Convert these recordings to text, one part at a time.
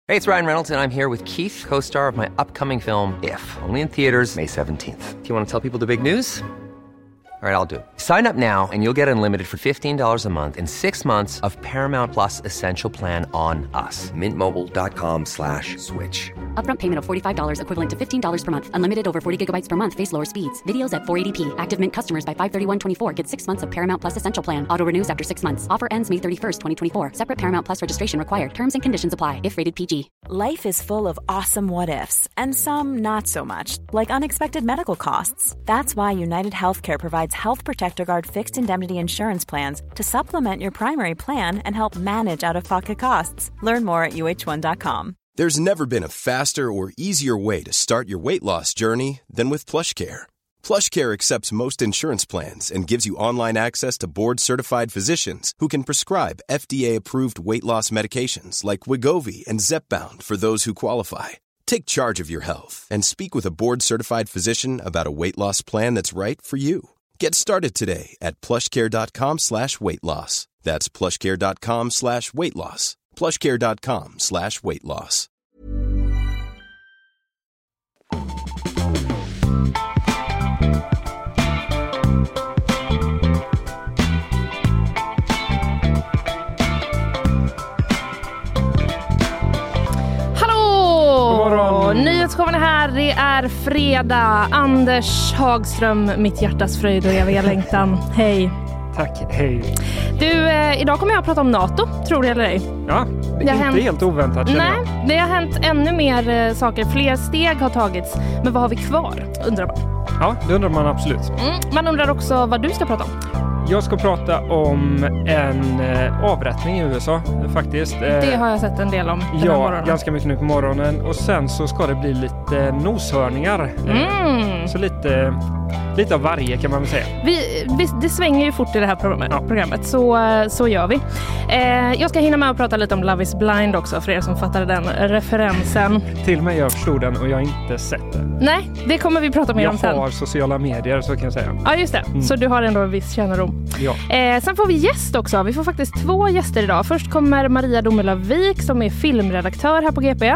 Hey, it's Ryan Reynolds, and I'm here with Keith, co-star of my upcoming film, If, only in theaters May 17th. Do you want to tell people the big news? All right, I'll do it. Sign up now and you'll get unlimited for $15 a month and 6 months of Paramount Plus Essential Plan on us. MintMobile.com/switch. Upfront payment of $45 equivalent to $15 per month. Unlimited over 40 gigabytes per month. Face lower speeds. Videos at 480p. Active Mint customers by 531.24 get 6 months of Paramount Plus Essential Plan. Auto renews after 6 months. Offer ends May 31st, 2024. Separate Paramount Plus registration required. Terms and conditions apply if rated PG. Life is full of awesome what-ifs and some not so much, like unexpected medical costs. That's why United Healthcare provides Health Protector Guard fixed indemnity insurance plans to supplement your primary plan and help manage out-of-pocket costs. Learn more at uh1.com. There's never been a faster or easier way to start your weight loss journey than with PlushCare. PlushCare accepts most insurance plans and gives you online access to board-certified physicians who can prescribe FDA-approved weight loss medications like Wegovy and Zepbound for those who qualify. Take charge of your health and speak with a board-certified physician about a weight loss plan that's right for you. Get started today at plushcare.com/weightloss. That's plushcare.com/weightloss. plushcare.com/weightloss. Nyhetsshowen är här, det är fredag. Anders Hagström, mitt hjärtas fröjd och eviga längtan. Hej. Tack, hej. Du, idag kommer jag att prata om NATO, tror du eller ej? Ja, inte helt oväntat. Nej, det har hänt ännu mer saker. Fler steg har tagits. Men vad har vi kvar, undrar man? Ja, det undrar man absolut. Man undrar också vad du ska prata om. Jag ska prata om en avrättning i USA faktiskt. Det har jag sett en del om. Ja, ganska mycket nu på morgonen. Och sen så ska det bli lite noshörningar. Så lite av varje kan man väl säga. Det svänger ju fort i det här programmet. Så gör vi. Jag ska hinna med att prata lite om Love is Blind också, för er som fattade den referensen. Till mig jag förstod den och jag har inte sett den. Nej, det kommer vi prata mer om sen. Jag har sociala medier, så kan jag säga. Ja, just det. Så du har ändå en viss kännedom. Ja. Sen får vi gäst också. Vi får faktiskt 2 gäster idag. Först kommer Maria Domelövik som är filmredaktör här på GP.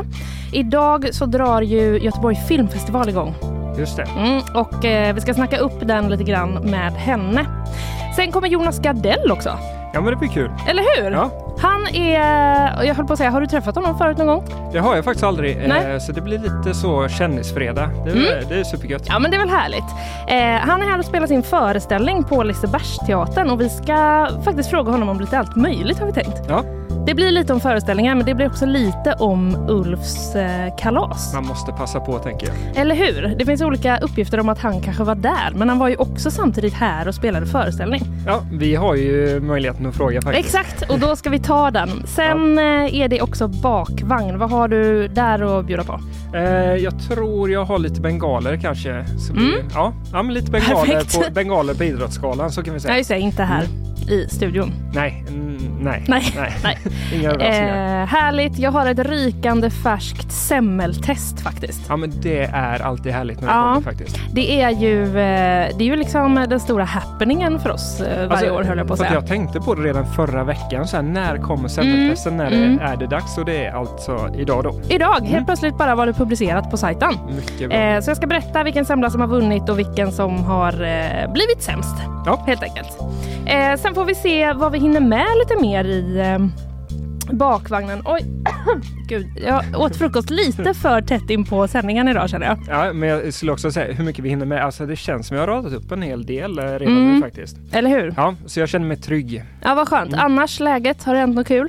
Idag så drar ju Göteborg Filmfestival igång. Just det. Och vi ska snacka upp den lite grann med henne. Sen kommer Jonas Gardell också. Ja, men det blir kul. Eller hur? Ja. Han är, jag höll på att säga, har du träffat honom förut någon gång? Det har jag faktiskt aldrig. Så det blir lite så kännisfredag. Det är supergött. Ja, men det är väl härligt. Han är här och spelar sin föreställning på Lisebergsteatern och vi ska faktiskt fråga honom om lite allt möjligt, har vi tänkt. Ja. Det blir lite om föreställningar, men det blir också lite om Ulfs kalas. Man måste passa på, tänker jag. Eller hur? Det finns olika uppgifter om att han kanske var där, men han var ju också samtidigt här och spelade föreställning. Ja, vi har ju möjligheten att fråga faktiskt. Exakt, och då ska vi ta den. Sen är det också bakvagn. Vad har du där att bjuda på? Jag tror jag har lite bengaler kanske. Så ja, men lite bengaler på Idrottsgalan, så kan vi säga. Ja, just det, inte här i studion. Nej. Inga överraskningar. Härligt, jag har ett rykande färskt semmeltest faktiskt. Ja, men det är alltid härligt när det kommer faktiskt. Det är ju liksom den stora happeningen för oss varje år, höll jag på att säga. Jag tänkte på det redan förra veckan, så här, när kommer semmeltesten, när är det dags, och det är alltså idag då. Idag, helt plötsligt bara var det publicerat på sajten. Mycket bra. Så jag ska berätta vilken semla som har vunnit och vilken som har blivit sämst. Ja. Helt enkelt. Sen får vi se vad vi hinner med lite mer i bakvagnen. Oj, gud, jag åt frukost lite för tätt in på sändningen idag, känner jag. Ja, men jag skulle också säga hur mycket vi hinner med. Alltså det känns som jag har radat upp en hel del redan nu faktiskt. Eller hur? Ja, så jag känner mig trygg. Ja, vad skönt. Annars läget, har det hänt något kul?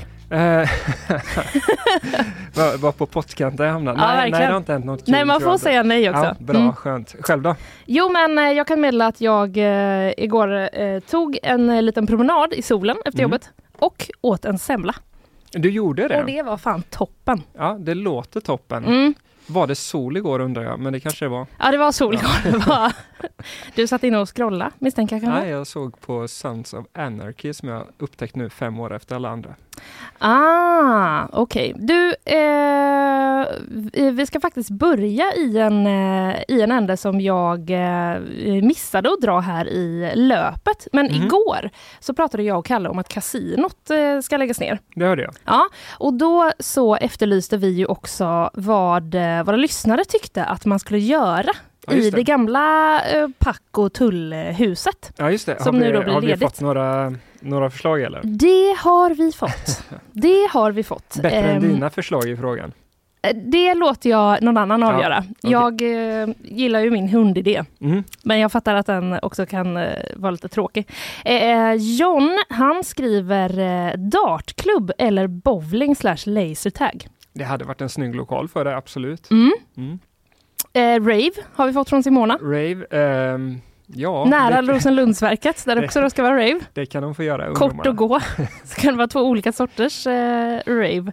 Var på pottkanten jag hamnade. Ja, nej, det har inte hänt något kul. Nej, man får säga nej också. Ja, bra, skönt. Själv då? Jo, men jag kan meddela att jag igår tog en liten promenad i solen efter jobbet och åt en semla. Du gjorde det? Och det var fan toppen. Ja, det låter toppen. Var det sol igår, undrar jag, men det kanske det var. Ja, det var sol igår. Du satt in och scrolla, misstänker jag kanske? Nej, jag såg på Sons of Anarchy som jag upptäckt nu 5 år efter alla andra. Okej. Du, vi ska faktiskt börja i en ände som jag missade att dra här i löpet. Men igår så pratade jag och Kalle om att kasinot ska läggas ner. Det hörde jag. Ja, och då så efterlyste vi ju också vad våra lyssnare tyckte att man skulle göra i det gamla pack- och tullhuset. Ja, just det. Som nu då blir har vi ledigt. fått några förslag eller? Det har vi fått. Det har vi fått. Bättre än dina förslag i frågan. Det låter jag någon annan avgöra. Okay. Jag gillar ju min hundidé. Men jag fattar att den också kan vara lite tråkig. John, han skriver dartklubb eller bowling/lasertag. Det hade varit en snygg lokal för det, absolut. Rave har vi fått från Simona. Rave, ja. Nära Rosenlundsverket, där också då ska vara rave. Det kan de få göra. Kort och gå. Så kan det vara 2 olika sorters rave.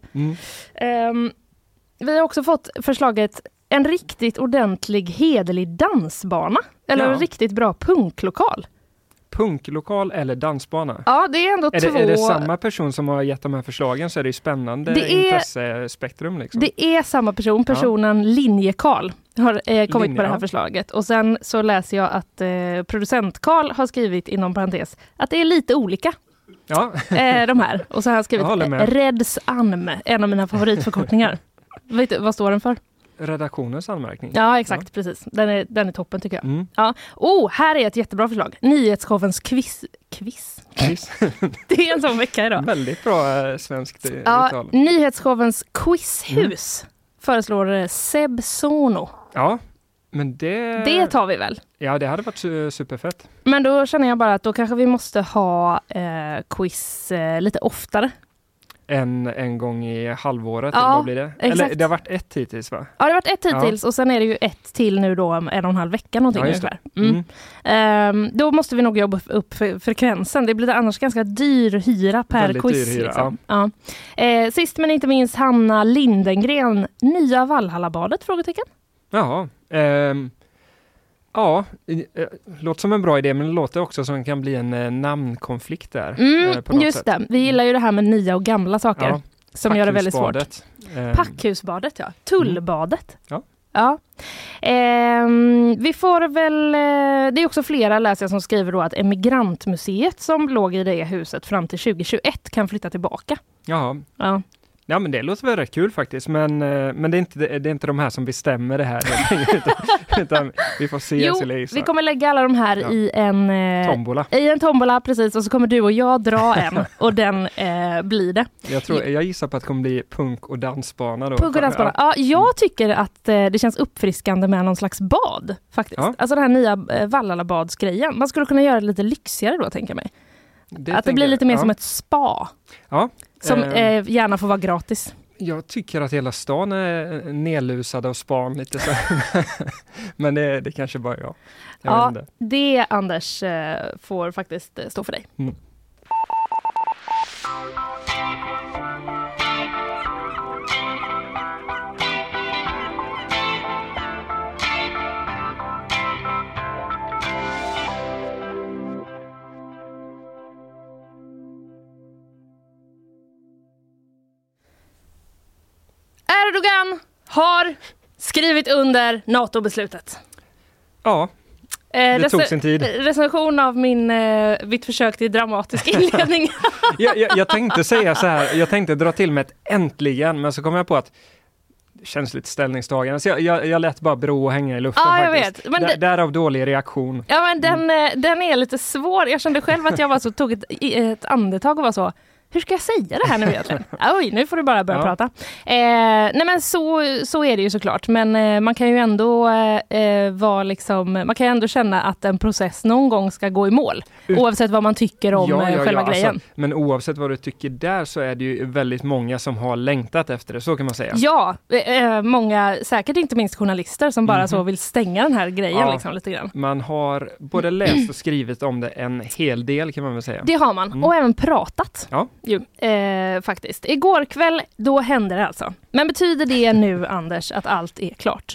Vi har också fått förslaget en riktigt ordentlig hederlig dansbana. Eller en riktigt bra punklokal. Punklokal eller dansbana? Ja, det är ändå två... Är det samma person som har gett de här förslagen så är det ju spännande intressespektrum. Liksom. Det är samma person. Personen Linje-Karl har kommit på det här förslaget. Och sen så läser jag att producent Karl har skrivit inom parentes att det är lite olika. Ja. De här. Och så har han skrivit Reds Anm, en av mina favoritförkortningar. Vet du, vad står den för? Redaktionens anmärkning. Ja, exakt, precis. Den är toppen tycker jag. Ja. Här är ett jättebra förslag. Nyhetsshovens quiz. Det är en sån vecka idag. Väldigt bra svenskt uttal. Nyhetsshovens quizhus föreslår Seb Sono. Ja, men det tar vi väl. Ja, det hade varit superfett. Men då känner jag bara att då kanske vi måste ha quiz lite oftare. En gång i halvåret, eller vad blir det? Exakt. Eller det har varit ett hittills, va? Ja, det har varit ett hittills och sen är det ju ett till nu då om 1,5 vecka någonting ungefär. Då måste vi nog jobba upp frekvensen. Det blir annars ganska dyr hyra per väldigt quiz. Dyr hyra, liksom. Sist men inte minst Hanna Lindengren, nya Valhallabadet? Frågetecken. Jaha. Låter som en bra idé, men det låter också som det kan bli en namnkonflikt där. På något just sätt. det. Vi gillar ju det här med nya och gamla saker som gör det väldigt svårt. Packhusbadet, ja. Tullbadet. Ja. Vi får väl... det är också flera läsare som skriver då att Emigrantmuseet som låg i det huset fram till 2021 kan flytta tillbaka. Ja. Ja, men det låter väl rätt kul faktiskt. Men det är inte de här som bestämmer det här. utan vi får se. Jo, vi kommer lägga alla de här i en tombola. I en tombola, precis. Och så kommer du och jag dra en. Och den blir det. Jag gissar på att det kommer bli punk- och dansbana då. Punk- och dansbana. Ja, jag tycker att det känns uppfriskande med någon slags bad faktiskt. Ja. Alltså den här nya Valhallabadsgrejen. Man skulle kunna göra det lite lyxigare då, tänker jag mig. Att det blir lite mer som ett spa. Ja. Som gärna får vara gratis. Jag tycker att hela stan är nedlusad av span lite så. Men det kanske bara jag. Ja, det Anders får faktiskt stå för dig. Erdogan har skrivit under NATO-beslutet. Ja, det tog sin tid. Recension av mitt försök till dramatisk inledning. jag tänkte säga så här, jag tänkte dra till med ett äntligen, men så kom jag på att det känns lite ställningstagande. Så jag lät bara bro och hänga i luften faktiskt. Jag vet. Men därav dålig reaktion. Ja, men den är lite svår. Jag kände själv att jag tog ett andetag och var så... Hur ska jag säga det här nu egentligen? Oj, nu får du bara börja prata. Nej men så är det ju såklart. Men man kan ju ändå vara liksom, man kan ju ändå känna att en process någon gång ska gå i mål. Oavsett vad man tycker om själva grejen. Alltså, men oavsett vad du tycker där så är det ju väldigt många som har längtat efter det, så kan man säga. Ja, många, säkert inte minst journalister som bara så vill stänga den här grejen liksom, lite grann. Man har både läst och skrivit om det en hel del, kan man väl säga. Det har man, och även pratat. Ja. Jo, faktiskt. Igår kväll, då hände det alltså. Men betyder det nu, Anders, att allt är klart?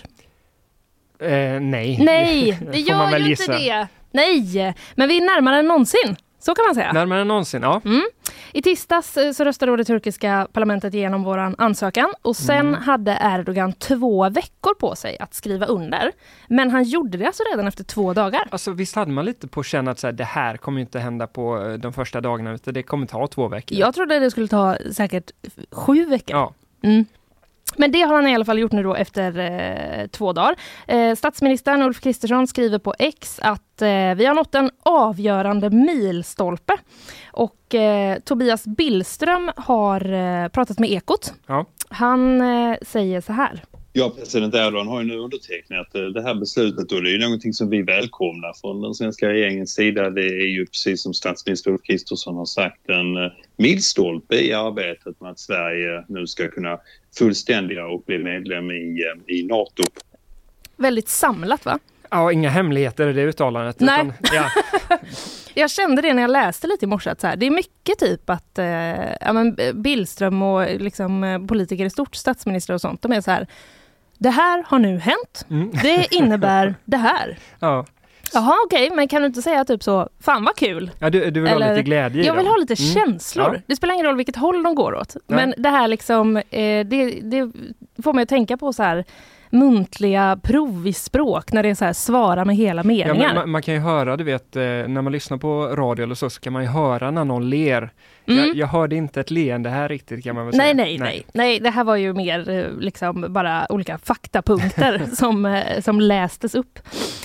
Nej. Nej, det gör ju inte det. Nej, men vi är närmare än någonsin. Så kan man säga. Närmare än någonsin, ja. I tisdags så röstade det turkiska parlamentet igenom våran ansökan och sen hade Erdogan 2 veckor på sig att skriva under. Men han gjorde det alltså redan efter 2 dagar. Alltså visst hade man lite på känn att så här, det här kommer inte hända på de första dagarna, utan det kommer ta 2 veckor. Jag trodde det skulle ta säkert 7 veckor. Ja. Men det har han i alla fall gjort nu då efter 2 dagar. Statsministern Ulf Kristersson skriver på X att vi har nått en avgörande milstolpe. Och Tobias Billström har pratat med Ekot. Ja. Han säger så här. Ja, president Erdogan har ju nu undertecknat det här beslutet och det är ju någonting som vi välkomnar från den svenska regeringens sida. Det är ju precis som statsminister Ulf Kristersson har sagt en milstolpe i arbetet med att Sverige nu ska kunna fullständiga och bli medlem i NATO. Väldigt samlat, va? Ja, inga hemligheter i det uttalandet. Nej. Utan, ja. Jag kände det när jag läste lite i morse att så här, det är mycket typ att Billström och liksom, politiker i stort, statsminister och sånt, de är så här, det här har nu hänt. Det innebär det här. Ja. Jaha, okej, men kan du inte säga typ så, fan vad kul. Ja, du vill ha lite glädje i Jag vill dem. ha lite känslor. Ja. Det spelar ingen roll vilket håll de går åt. Nej. Men det här liksom, det får mig att tänka på så här muntliga prov i språk när det är så här svara med hela meningar. Ja, man kan ju höra, du vet, när man lyssnar på radio eller så kan man ju höra när någon ler. Jag hörde inte ett leende här riktigt, kan man väl säga. Nej, det här var ju mer liksom bara olika faktapunkter som lästes upp.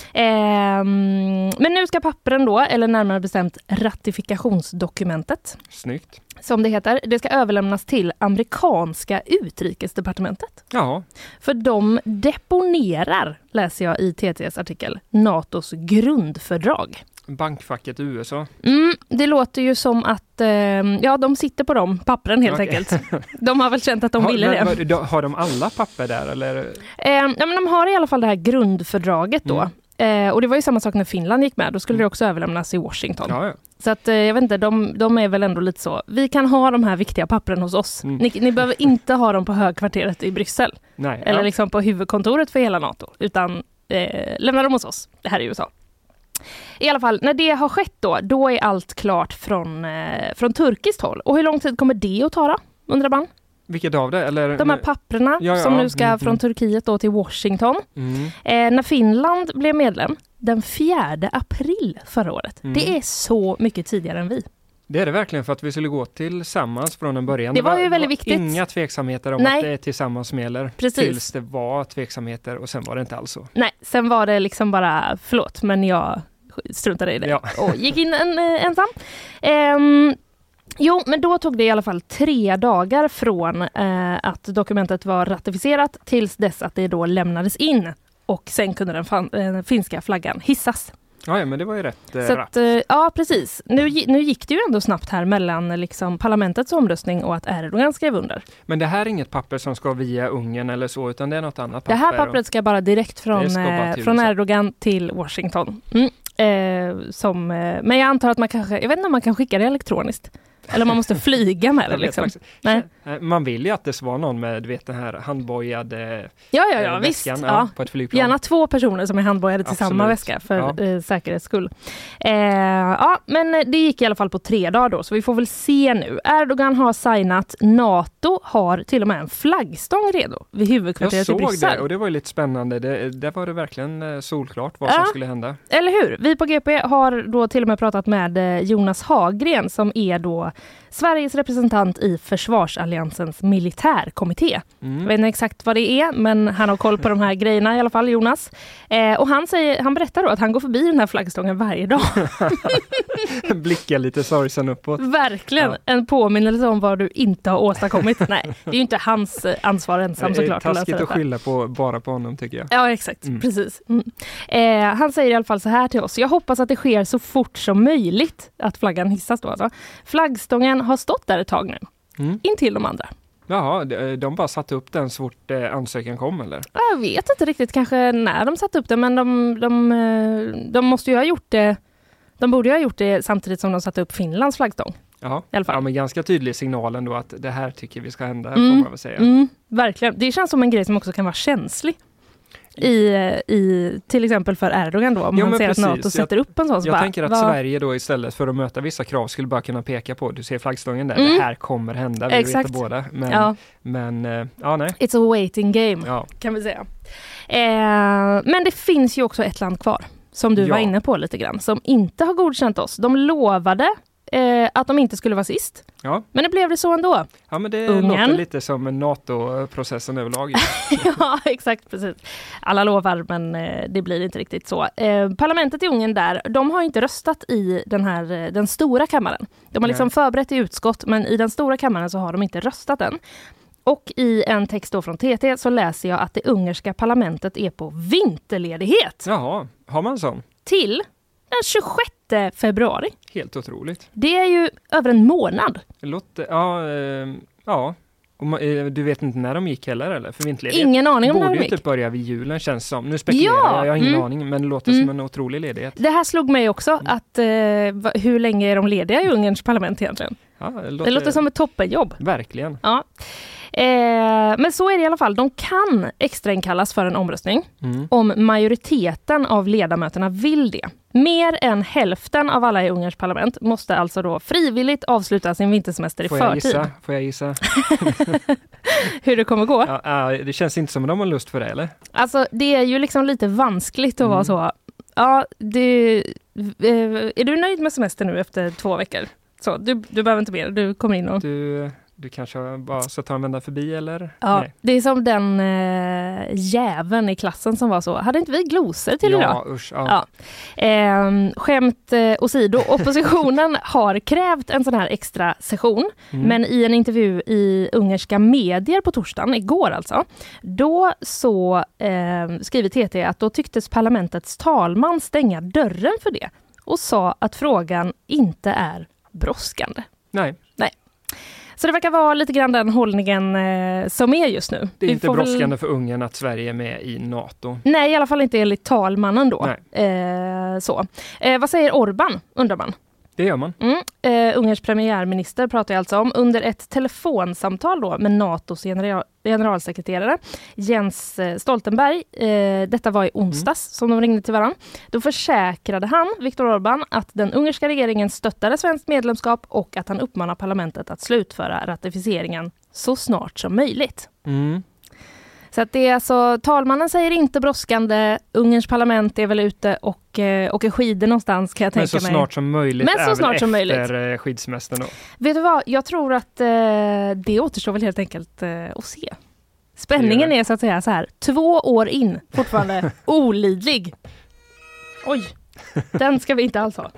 Men nu ska pappren då, eller närmare bestämt ratifikationsdokumentet. Snyggt. Som det heter, det ska överlämnas till amerikanska utrikesdepartementet. Ja. För de deponerar, läser jag i TT:s artikel, NATOs grundfördrag. Bankfacket i USA. Det låter ju som att de sitter på de pappren helt enkelt. De har väl känt att de ville det. Har de alla papper där? Eller? Men de har i alla fall det här grundfördraget då. Och det var ju samma sak när Finland gick med. Då skulle det också överlämnas i Washington. Ja. Så att jag vet inte, de är väl ändå lite så. Vi kan ha de här viktiga pappren hos oss. Ni behöver inte ha dem på högkvarteret i Bryssel. Nej, eller liksom på huvudkontoret för hela NATO. Utan lämna dem hos oss. Det här är USA. I alla fall, när det har skett då är allt klart från turkiskt håll. Och hur lång tid kommer det att ta då, undrar man? Vilket av det? Eller, de här papperna som nu ska från Turkiet då till Washington. När Finland blev medlem den 4 april förra året. Det är så mycket tidigare än vi. Det är det verkligen, för att vi skulle gå tillsammans från en början. Det var ju väldigt viktigt. Inga tveksamheter om att det är tillsammans som gäller. Precis. Tills det var tveksamheter och sen var det inte alls så. Nej, sen var det liksom bara, förlåt, men jag struntade i det och gick in ensam. Men då tog det i alla fall 3 dagar från att dokumentet var ratificerat tills dess att det då lämnades in. Och sen kunde den finska flaggan hissas. Ja, men det var ju rätt så rappt. Ja, precis. Nu gick det ju ändå snabbt här mellan liksom parlamentets omröstning och att Erdogan skrev under. Men det här är inget papper som ska via Ungern eller så, utan det är något annat papper. Det här pappret ska bara direkt från Erdogan till Washington. Men jag antar att jag vet inte om man kan skicka det elektroniskt. Eller man måste flyga med det liksom. Nej. Man vill ju att det var någon med, du vet, den här handbojade väskan på ett flygplan. Gärna 2 personer som är handbojade till samma väska för säkerhets skull. Men det gick i alla fall på 3 dagar då, så vi får väl se nu. Erdogan har signat, NATO har till och med en flaggstång redo vid huvudkvarteret i Bryssel. Jag såg det och det var ju lite spännande. Där var det verkligen solklart vad som skulle hända. Eller hur? Vi på GP har då till och med pratat med Jonas Hagren som är då Sveriges representant i Försvarsalliansens militärkommitté. Jag vet inte exakt vad det är, men han har koll på de här grejerna i alla fall, Jonas. Och han berättar då att han går förbi den här flaggstången varje dag. Blickar lite sorgsen uppåt. Verkligen, en påminnelse om vad du inte har åstadkommit. Nej, det är ju inte hans ansvar ensam såklart. Det är taskigt att skylla bara på honom, tycker jag. Ja, exakt. Precis. Han säger i alla fall så här till oss. Jag hoppas att det sker så fort som möjligt att flaggan hissas då alltså. Flaggstången har stått där ett tag nu. Intill de andra. Jaha, de bara satte upp den så fort ansökan kom, eller? Jag vet inte riktigt kanske när de satte upp den, men de måste ju ha gjort det. De borde ju ha gjort det samtidigt som de satte upp Finlands flaggstång. Jaha. I alla fall. Ja, men ganska tydlig signal ändå att det här tycker vi ska hända, får man väl säga. Verkligen. Det känns som en grej som också kan vara känslig. i till exempel för Erdogan då, om man ser att NATO sätter upp en sån. Jag tänker att Sverige då istället för att möta vissa krav skulle bara kunna peka på, du ser flaggstången där, det här kommer hända, vi vet båda. Men nej. It's a waiting game, kan vi säga. Men det finns ju också ett land kvar, som du var inne på lite grann, som inte har godkänt oss. De lovade att de inte skulle vara sist. Ja. Men det blev det så ändå. Ja, men det låter lite som en NATO-processen överlag. Ja, exakt, precis. Alla lovar, men det blir inte riktigt så. Parlamentet i Ungern där, de har inte röstat i den stora kammaren. De har liksom förberett i utskott, men i den stora kammaren så har de inte röstat än. Och i en text då från TT så läser jag att det ungerska parlamentet är på vinterledighet. Jaha, har man sån? Till den 26 februari. Helt otroligt. Det är ju över en månad. Det låter, ja. Du vet inte när de gick heller, eller? För vinterledighet. Ingen aning om när de gick. Borde ju typ börja vid julen, känns som. Nu spekulerar jag har ingen aning, men det låter som en otrolig ledighet. Det här slog mig också, att hur länge är de lediga i Ungerns parlament egentligen? Ja, det låter som ett toppenjobb. Verkligen. Ja. Men så är det i alla fall. De kan extrainkallas för en omröstning om majoriteten av ledamöterna vill det. Mer än hälften av alla i Ungerns parlament måste alltså då frivilligt avsluta sin vintersemester i förtid. Får jag gissa? Hur det kommer gå? Ja, det känns inte som att de har lust för det, eller? Alltså, det är ju liksom lite vanskligt att vara så. Ja, är du nöjd med semester nu efter 2 veckor? Så, du behöver inte mer. Du kommer in och... Du kanske bara ska ta en vända förbi, eller? Ja, nej. Det är som den jäveln i klassen som var så. Hade inte vi glosor till idag? Usch, ja. Skämt åsido. Oppositionen har krävt en sån här extra session. Men i en intervju i ungerska medier på torsdagen, igår alltså, då så skriver TT att då tycktes parlamentets talman stänga dörren för det. Och sa att frågan inte är brådskande. Nej. Så det verkar vara lite grann den hållningen som är just nu. Det är inte brådskande för Ungern att Sverige är med i NATO. Nej, i alla fall inte enligt talmannen då. Vad säger Orbán, undrar man? Det gör man. Ungerns premiärminister pratar alltså om under ett telefonsamtal då med NATOs generalsekreterare Jens Stoltenberg. Detta var i onsdags som de ringde till varandra. Då försäkrade han, Viktor Orbán, att den ungerska regeringen stöttade svenskt medlemskap och att han uppmanar parlamentet att slutföra ratificeringen så snart som möjligt. Så att det är alltså, talmannen säger inte brådskande, Ungerns parlament är väl ute och åker skidor någonstans, kan jag tänka mig. Men så snart som möjligt. Men så snart som möjligt. Efter skidsemestern då. Vet du vad, jag tror att det återstår väl helt enkelt att se. Spänningen är så att säga så här, 2 år in, fortfarande olidlig. Oj, den ska vi inte alls ha.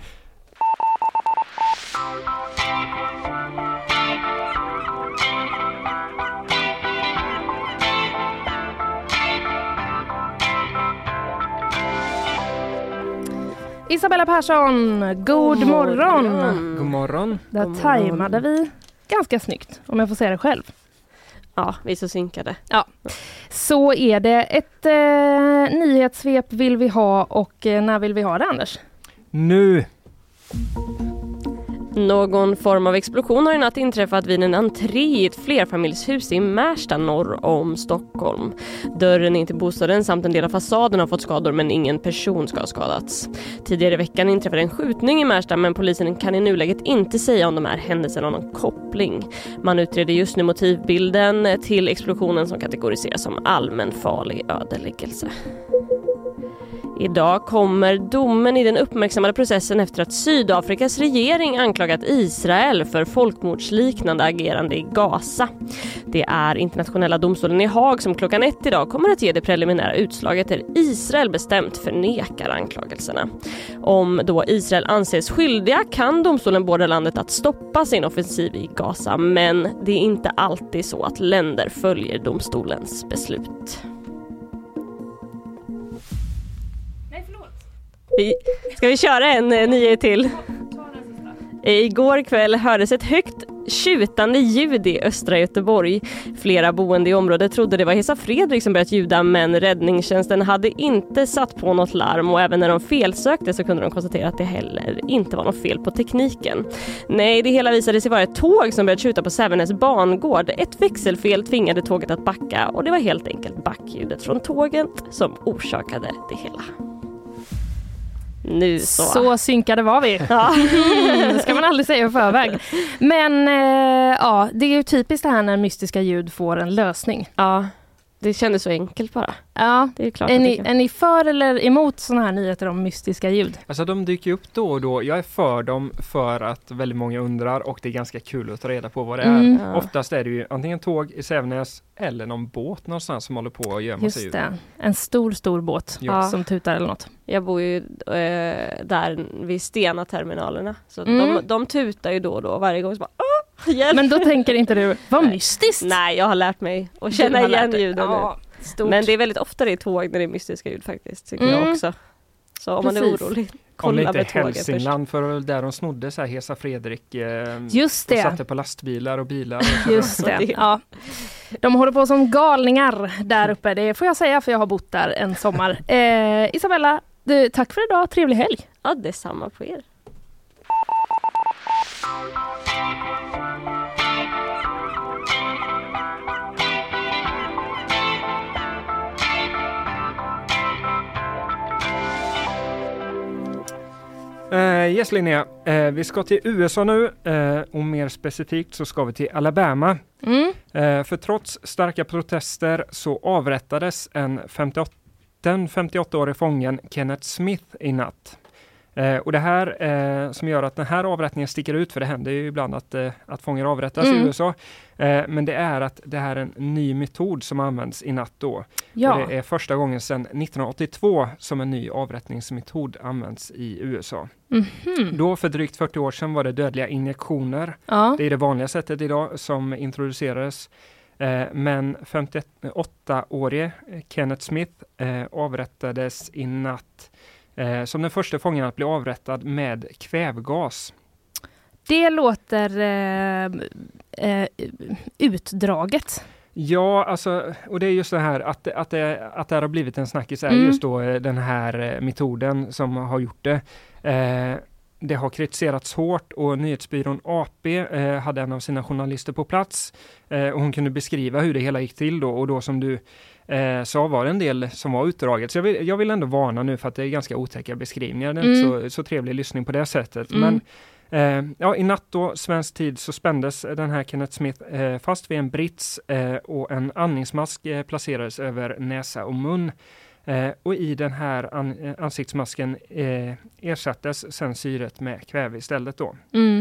Isabella Persson, god morgon. God morgon. Där tajmade vi ganska snyggt, om jag får säga det själv. Ja, vi är så synkade. Ja, så är det. Ett nyhetssvep vill vi ha, och när vill vi ha det, Anders? Nu! Någon form av explosion har i natt inträffat vid en entré i ett flerfamiljshus i Märsta norr om Stockholm. Dörren in till bostaden samt en del av fasaden har fått skador, men ingen person ska ha skadats. Tidigare i veckan inträffade en skjutning i Märsta, men polisen kan i nuläget inte säga om de här händelserna har någon koppling. Man utreder just nu motivbilden till explosionen som kategoriseras som allmänfarlig ödeläggelse. Idag kommer domen i den uppmärksammade processen efter att Sydafrikas regering anklagat Israel för folkmordsliknande agerande i Gaza. Det är internationella domstolen i Haag som klockan 1 idag kommer att ge det preliminära utslaget där Israel bestämt förnekar anklagelserna. Om då Israel anses skyldiga kan domstolen beordra landet att stoppa sin offensiv i Gaza, men det är inte alltid så att länder följer domstolens beslut. Ska vi köra en nyhet till? Igår kväll hördes ett högt tjutande ljud i östra Göteborg. Flera boende i området trodde det var Hesa Fredrik som börjat ljuda, men räddningstjänsten hade inte satt på något larm och även när de felsökte så kunde de konstatera att det heller inte var något fel på tekniken. Nej, det hela visade sig vara ett tåg som började tjuta på Sävenäs bangård. Ett växelfel tvingade tåget att backa och det var helt enkelt backljudet från tåget som orsakade det hela. Nu så synkade var vi. Ja. Det ska man aldrig säga i förväg. Men ja, det är ju typiskt det här när mystiska ljud får en lösning. Ja, det kändes så enkelt bara. Ja, det är klart. Är ni för eller emot såna här nyheter om mystiska ljud? Alltså de dyker upp då och då. Jag är för dem för att väldigt många undrar och det är ganska kul att ta reda på vad det är. Ja. Oftast är det ju antingen tåg i Sävenäs eller någon båt någonstans som håller på och gör massa ljud. Just det, en stor båt som tutar eller något. Jag bor ju där vid Stena-terminalerna. Så de tutar ju då och då varje gång så bara hjälp. Men då tänker inte du, vad mystiskt? Nej, jag har lärt mig att känna igen ljuden nu. Stort. Men det är väldigt ofta det är tåg när det är mystiska ljud faktiskt, tycker jag också. Så om man är orolig, kolla med tåget först. Hälsingland, för där de snodde så här Hesa Fredrik just det. Och satte på lastbilar och bilar. Just det, ja. De håller på som galningar där uppe, det får jag säga för jag har bott där en sommar. Isabella, tack för idag, trevlig helg. Ja, det är samma på er. Yes Linnea, vi ska till USA nu och mer specifikt så ska vi till Alabama. För trots starka protester så avrättades den 58-årige fången Kenneth Smith i natt. Och det här som gör att den här avrättningen sticker ut, för det händer ju ibland att fångar avrättas i USA. Men det är att det här är en ny metod som används i natt då. Ja. Och det är första gången sedan 1982 som en ny avrättningsmetod används i USA. Då för drygt 40 år sedan var det dödliga injektioner. Ja. Det är det vanliga sättet idag som introducerades. Men 58-årige Kenneth Smith avrättades i natt som den första fången att bli avrättad med kvävgas. Det låter utdraget. Ja, alltså, och det är just det här att det har blivit en snackis är just då den här metoden som har gjort det. Det har kritiserats hårt och nyhetsbyrån AP hade en av sina journalister på plats och hon kunde beskriva hur det hela gick till då, och då som du sa var det en del som var utdraget. Så jag vill ändå varna nu för att det är ganska otäcka beskrivningar. Det är inte så trevlig lyssning på det sättet. Men i natt då, svensk tid, så spändes den här Kenneth Smith fast vid en brits och en andningsmask placerades över näsa och mun. Och i den här ansiktsmasken ersattes sen syret med kväve istället då.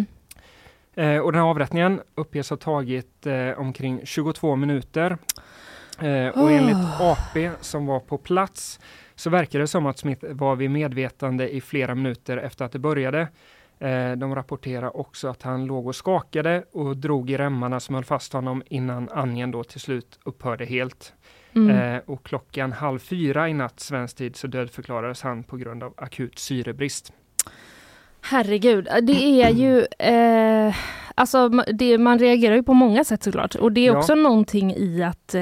Och den här avrättningen uppges ha tagit omkring 22 minuter. Och enligt AP som var på plats så verkar det som att Smith var vid medvetande i flera minuter efter att det började. De rapporterar också att han låg och skakade och drog i remmarna som höll fast honom innan andningen då till slut upphörde helt. Och klockan 3:30 i natt svensk tid så dödförklarades han på grund av akut syrebrist. Herregud, det är ju alltså man reagerar ju på många sätt såklart, och det är också någonting i att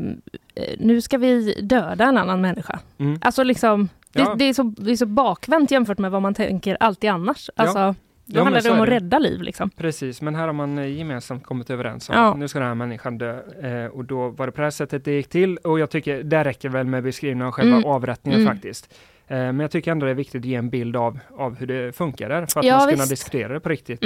nu ska vi döda en annan människa. Alltså liksom det är så bakvänt jämfört med vad man tänker alltid annars. Alltså då handlar det om att rädda liv liksom. Precis, men här har man gemensamt kommit överens om att nu ska den här människan dö. Och då var det på det här sättet det gick till, och jag tycker det räcker väl med beskrivningen av själva avrättningen faktiskt. Men jag tycker ändå det är viktigt att ge en bild av hur det funkar där, för att man ska kunna diskutera det på riktigt.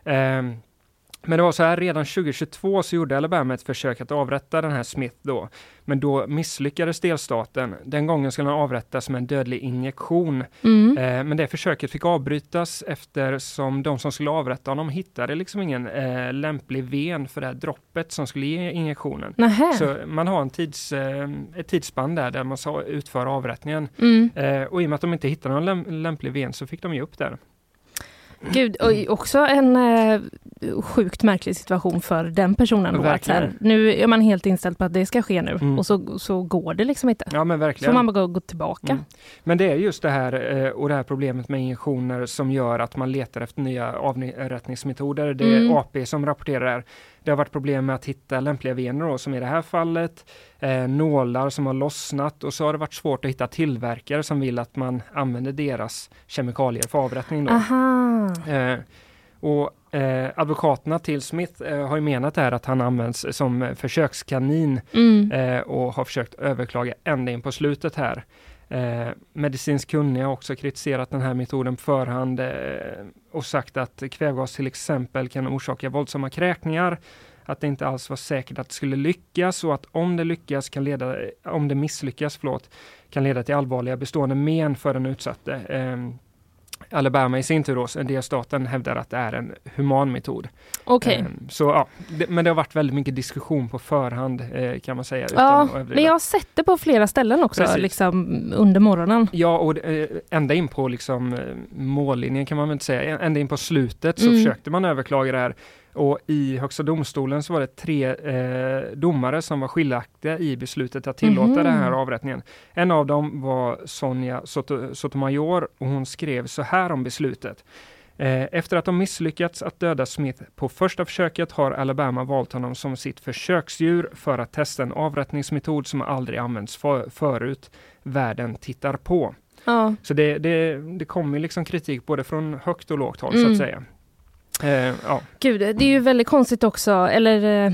Men det var så här, redan 2022 så gjorde Alabama ett försök att avrätta den här Smith då. Men då misslyckades delstaten. Den gången skulle han avrättas med en dödlig injektion. Men det försöket fick avbrytas eftersom de som skulle avrätta honom hittade liksom ingen lämplig ven för det här droppet som skulle ge injektionen. Så man har ett tidsspann där man sa utföra avrättningen. Och i och med att de inte hittade någon lämplig ven så fick de ge upp där. Gud, och också en sjukt märklig situation för den personen. Att här, nu är man helt inställd på att det ska ske nu och så går det liksom inte. Ja, men verkligen. Så man bara gå tillbaka. Men det är just det här och det här problemet med injektioner som gör att man letar efter nya avrättningsmetoder. Det är AP som rapporterar. Det har varit problem med att hitta lämpliga vener då, som i det här fallet. Nålar som har lossnat, och så har det varit svårt att hitta tillverkare som vill att man använder deras kemikalier för avrättning då. Advokaterna till Smith har ju menat här att han används som försökskanin och har försökt överklaga ända in på slutet här. Medicinsk kunniga har också kritiserat den här metoden på förhand och sagt att kvävgas till exempel kan orsaka våldsamma kräkningar, att det inte alls var säkert att det skulle lyckas, och att om det misslyckas kan leda till allvarliga bestående men för den utsatte. Alabama i sin tur då, delstaten hävdar att det är en human metod. Okej. Men det har varit väldigt mycket diskussion på förhand kan man säga. Men jag har sett det på flera ställen också liksom, under morgonen. Ja, och ända in på liksom, mållinjen kan man väl inte säga. Ända in på slutet så försökte man överklaga det här. Och i Högsta domstolen så var det 3 domare som var skiljaktiga i beslutet att tillåta den här avrättningen. En av dem var Sonja Sotomayor, och hon skrev så här om beslutet. Efter att de misslyckats att döda Smith på första försöket har Alabama valt honom som sitt försöksdjur för att testa en avrättningsmetod som aldrig använts förut. Världen tittar på. Ja. Så det kommer liksom kritik både från högt och lågt håll så att säga. Gud, det är ju väldigt konstigt också, eller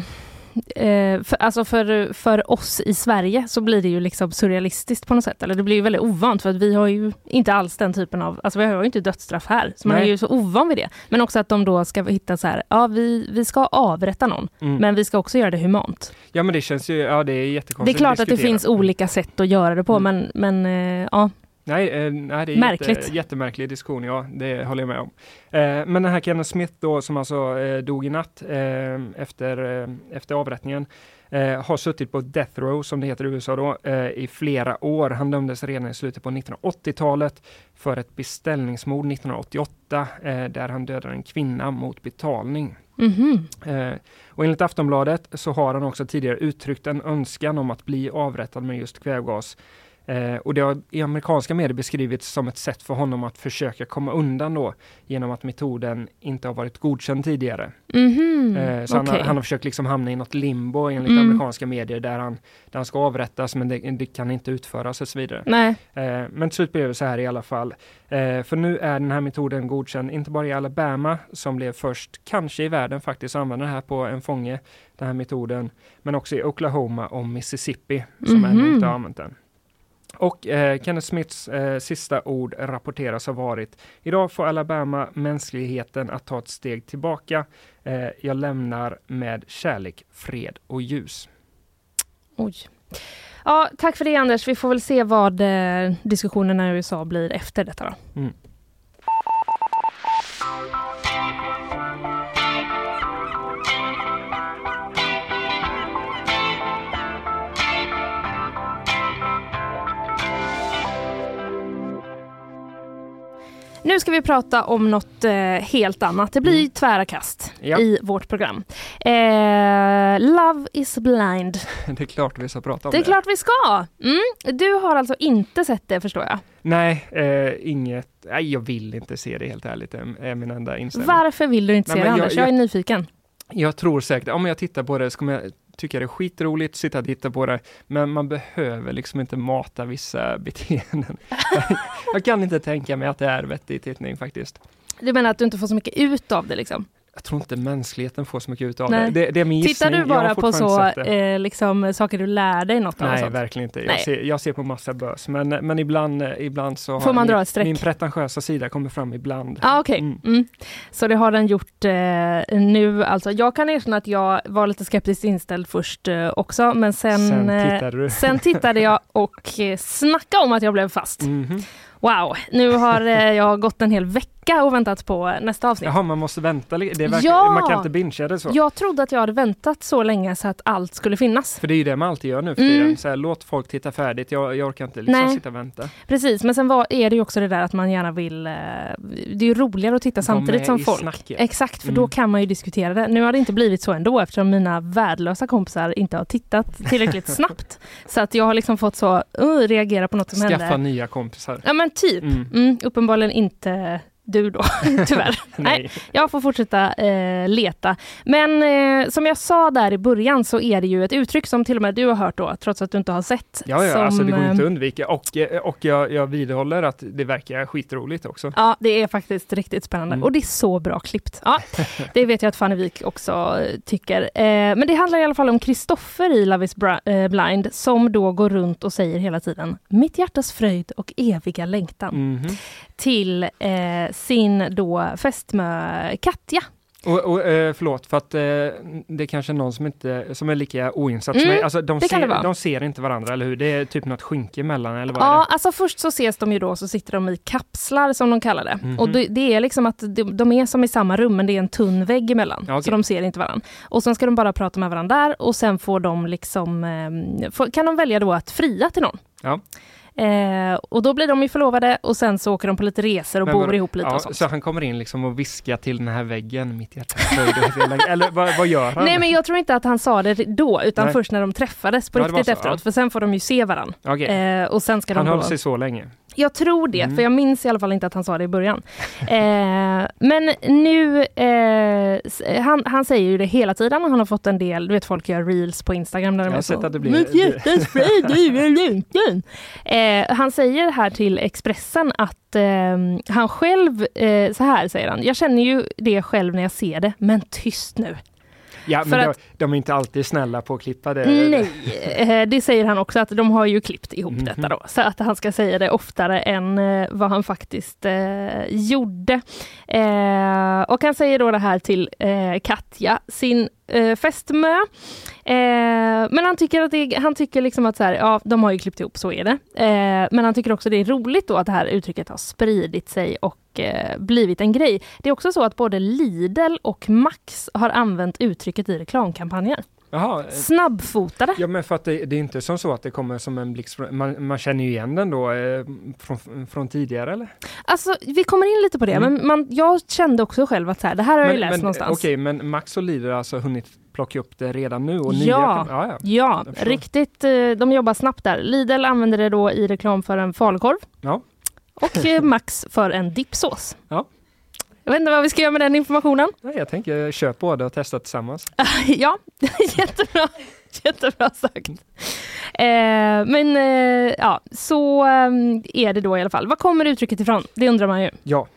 för oss i Sverige så blir det ju liksom surrealistiskt på något sätt, eller det blir ju väldigt ovant för att vi har ju inte alls den typen av, alltså vi har ju inte dödsstraff här, så man är ju så ovan vid det, men också att de då ska hitta så här, vi ska avrätta någon, men vi ska också göra det humant. Ja, men det känns ju, det är jättekonstigt. Det är klart att det finns olika sätt att göra det på, men Nej, det är jättemärklig diskussion, ja, det håller jag med om. Men den här Kenneth Smith då, som alltså dog i natt efter avrättningen, har suttit på death row, som det heter i USA då, i flera år. Han dömdes redan i slutet på 1980-talet för ett beställningsmord 1988, där han dödade en kvinna mot betalning. Och enligt Aftonbladet så har han också tidigare uttryckt en önskan om att bli avrättad med just kvävgas. Och det har i amerikanska medier beskrivits som ett sätt för honom att försöka komma undan då, genom att metoden inte har varit godkänd tidigare. Så han har försökt liksom hamna i något limbo enligt amerikanska medier där han ska avrättas, men det kan inte utföras och så vidare. Nej. Men till slut blev det så här i alla fall. För nu är den här metoden godkänd inte bara i Alabama, som blev först kanske i världen faktiskt använder det här på en fånge, den här metoden, men också i Oklahoma och Mississippi som ännu inte har använt den. Och Kenneth Smiths sista ord rapporteras ha varit: idag får Alabama mänskligheten att ta ett steg tillbaka. Jag lämnar med kärlek, fred och ljus. Oj. Ja, tack för det, Anders. Vi får väl se vad diskussionerna i USA blir efter detta då. Nu ska vi prata om något helt annat. Det blir tvära kast i vårt program. Love is blind. Det är klart vi ska prata om det. Det är klart vi ska. Du har alltså inte sett det, förstår jag. Nej, inget. Nej, jag vill inte se det, helt ärligt. är min enda inställning. Varför vill du inte se det, Anders? Jag är nyfiken. Jag tror säkert, om jag tittar på det så kommer jag tycka det är skitroligt, sitta och titta på det, men man behöver liksom inte mata vissa beteenden. Jag kan inte tänka mig att det är vettig tittning faktiskt. Du menar att du inte får så mycket ut av det liksom? Jag tror inte mänskligheten får så mycket ut av det. Det är min gissning. Tittar du bara på så liksom, saker du lär dig något av? Nej, verkligen inte. Jag ser på massa bös. Men ibland så får man dra ett streck. Min pretentiösa sida kommer fram ibland. Okej. Så det har den gjort nu. Alltså, jag kan erkänna att jag var lite skeptiskt inställd först också. Men sen tittade jag och snackade om att jag blev fast. Wow, nu har jag gått en hel vecka vecka och väntat på nästa avsnitt. Jaha, man måste vänta. Man kan inte bingea det så. Jag trodde att jag hade väntat så länge så att allt skulle finnas. För det är ju det man alltid gör nu för tiden. Så här, låt folk titta färdigt. Jag orkar inte sitta och vänta. Precis, men sen är det ju också det där att man gärna vill... Det är ju roligare att titta samtidigt som folk. Snacket. Exakt, för då kan man ju diskutera det. Nu har det inte blivit så ändå eftersom mina värdelösa kompisar inte har tittat tillräckligt snabbt. Så att jag har liksom fått så reagera på något som hände. Skaffa nya kompisar. Ja men typ. Uppenbarligen inte du då, tyvärr. Nej, jag får fortsätta leta. Men som jag sa där i början så är det ju ett uttryck som till och med du har hört då, trots att du inte har sett. Ja, som, alltså det går inte att undvika. Och jag vidhåller att det verkar skitroligt också. Ja, det är faktiskt riktigt spännande. Och det är så bra klippt. Ja, det vet jag att Fanny Wijk också tycker. Men det handlar i alla fall om Kristoffer i Love is Blind som då går runt och säger hela tiden mitt hjärtas fröjd och eviga längtan. Till sin då fästmö Katja. Och förlåt, för att det är kanske någon som är lika oinsatt som mig. Alltså, de ser inte varandra, eller hur? Det är typ något skynke emellan, eller vad är det? Alltså först så ses de ju då, så sitter de i kapslar som de kallar det. Och det är liksom att de är som i samma rum, men det är en tunn vägg emellan. Okay. Så de ser inte varandra. Och sen ska de bara prata med varandra där, och sen får de liksom kan de välja då att fria till någon. Ja. Och då blir de ju förlovade och sen så åker de på lite resor och bor ihop lite och sånt. Så han kommer in liksom och viskar till den här väggen mitt hjärta. Eller vad gör han? Nej, men jag tror inte att han sa det då, utan först när de träffades på riktigt efteråt. För sen får de ju se varandra. Okay. Och sen ska han de höll sig så länge. Jag tror det, för jag minns i alla fall inte att han sa det i början. Men nu, han säger ju det hela tiden och han har fått en del, du vet folk gör reels på Instagram där de har sett att det blir... Han säger här till Expressen att han själv, så här säger han, jag känner ju det själv när jag ser det, men tyst nu. Ja, men de är inte alltid snälla på att klippa det. Nej, det säger han också, att de har ju klippt ihop detta då. Så att han ska säga det oftare än vad han faktiskt gjorde. Och han säger då det här till Katja, sin fästmö. Men han tycker liksom att så här, ja, de har ju klippt ihop, så är det. Men han tycker också det är roligt då att det här uttrycket har spridit sig och blivit en grej. Det är också så att både Lidl och Max har använt uttrycket i reklamkampanjer. Jaha. Snabbfotade. Ja, men för att det är inte som så att det kommer som en blixt. Man känner ju igen den då från tidigare, eller? Alltså, vi kommer in lite på det. Men jag kände också själv att så här, det här har jag läst någonstans. Okej, men Max och Lidl har alltså hunnit plocka upp det redan nu? Och ja, riktigt. De jobbar snabbt där. Lidl använder det då i reklam för en falukorv. Ja. Och Max för en dipsås. Ja. Jag vet inte vad vi ska göra med den informationen. Nej, jag tänker köpa båda och testa tillsammans. Ja, jättebra sagt. Så är det då i alla fall. Vad kommer uttrycket ifrån? Det undrar man ju. Ja.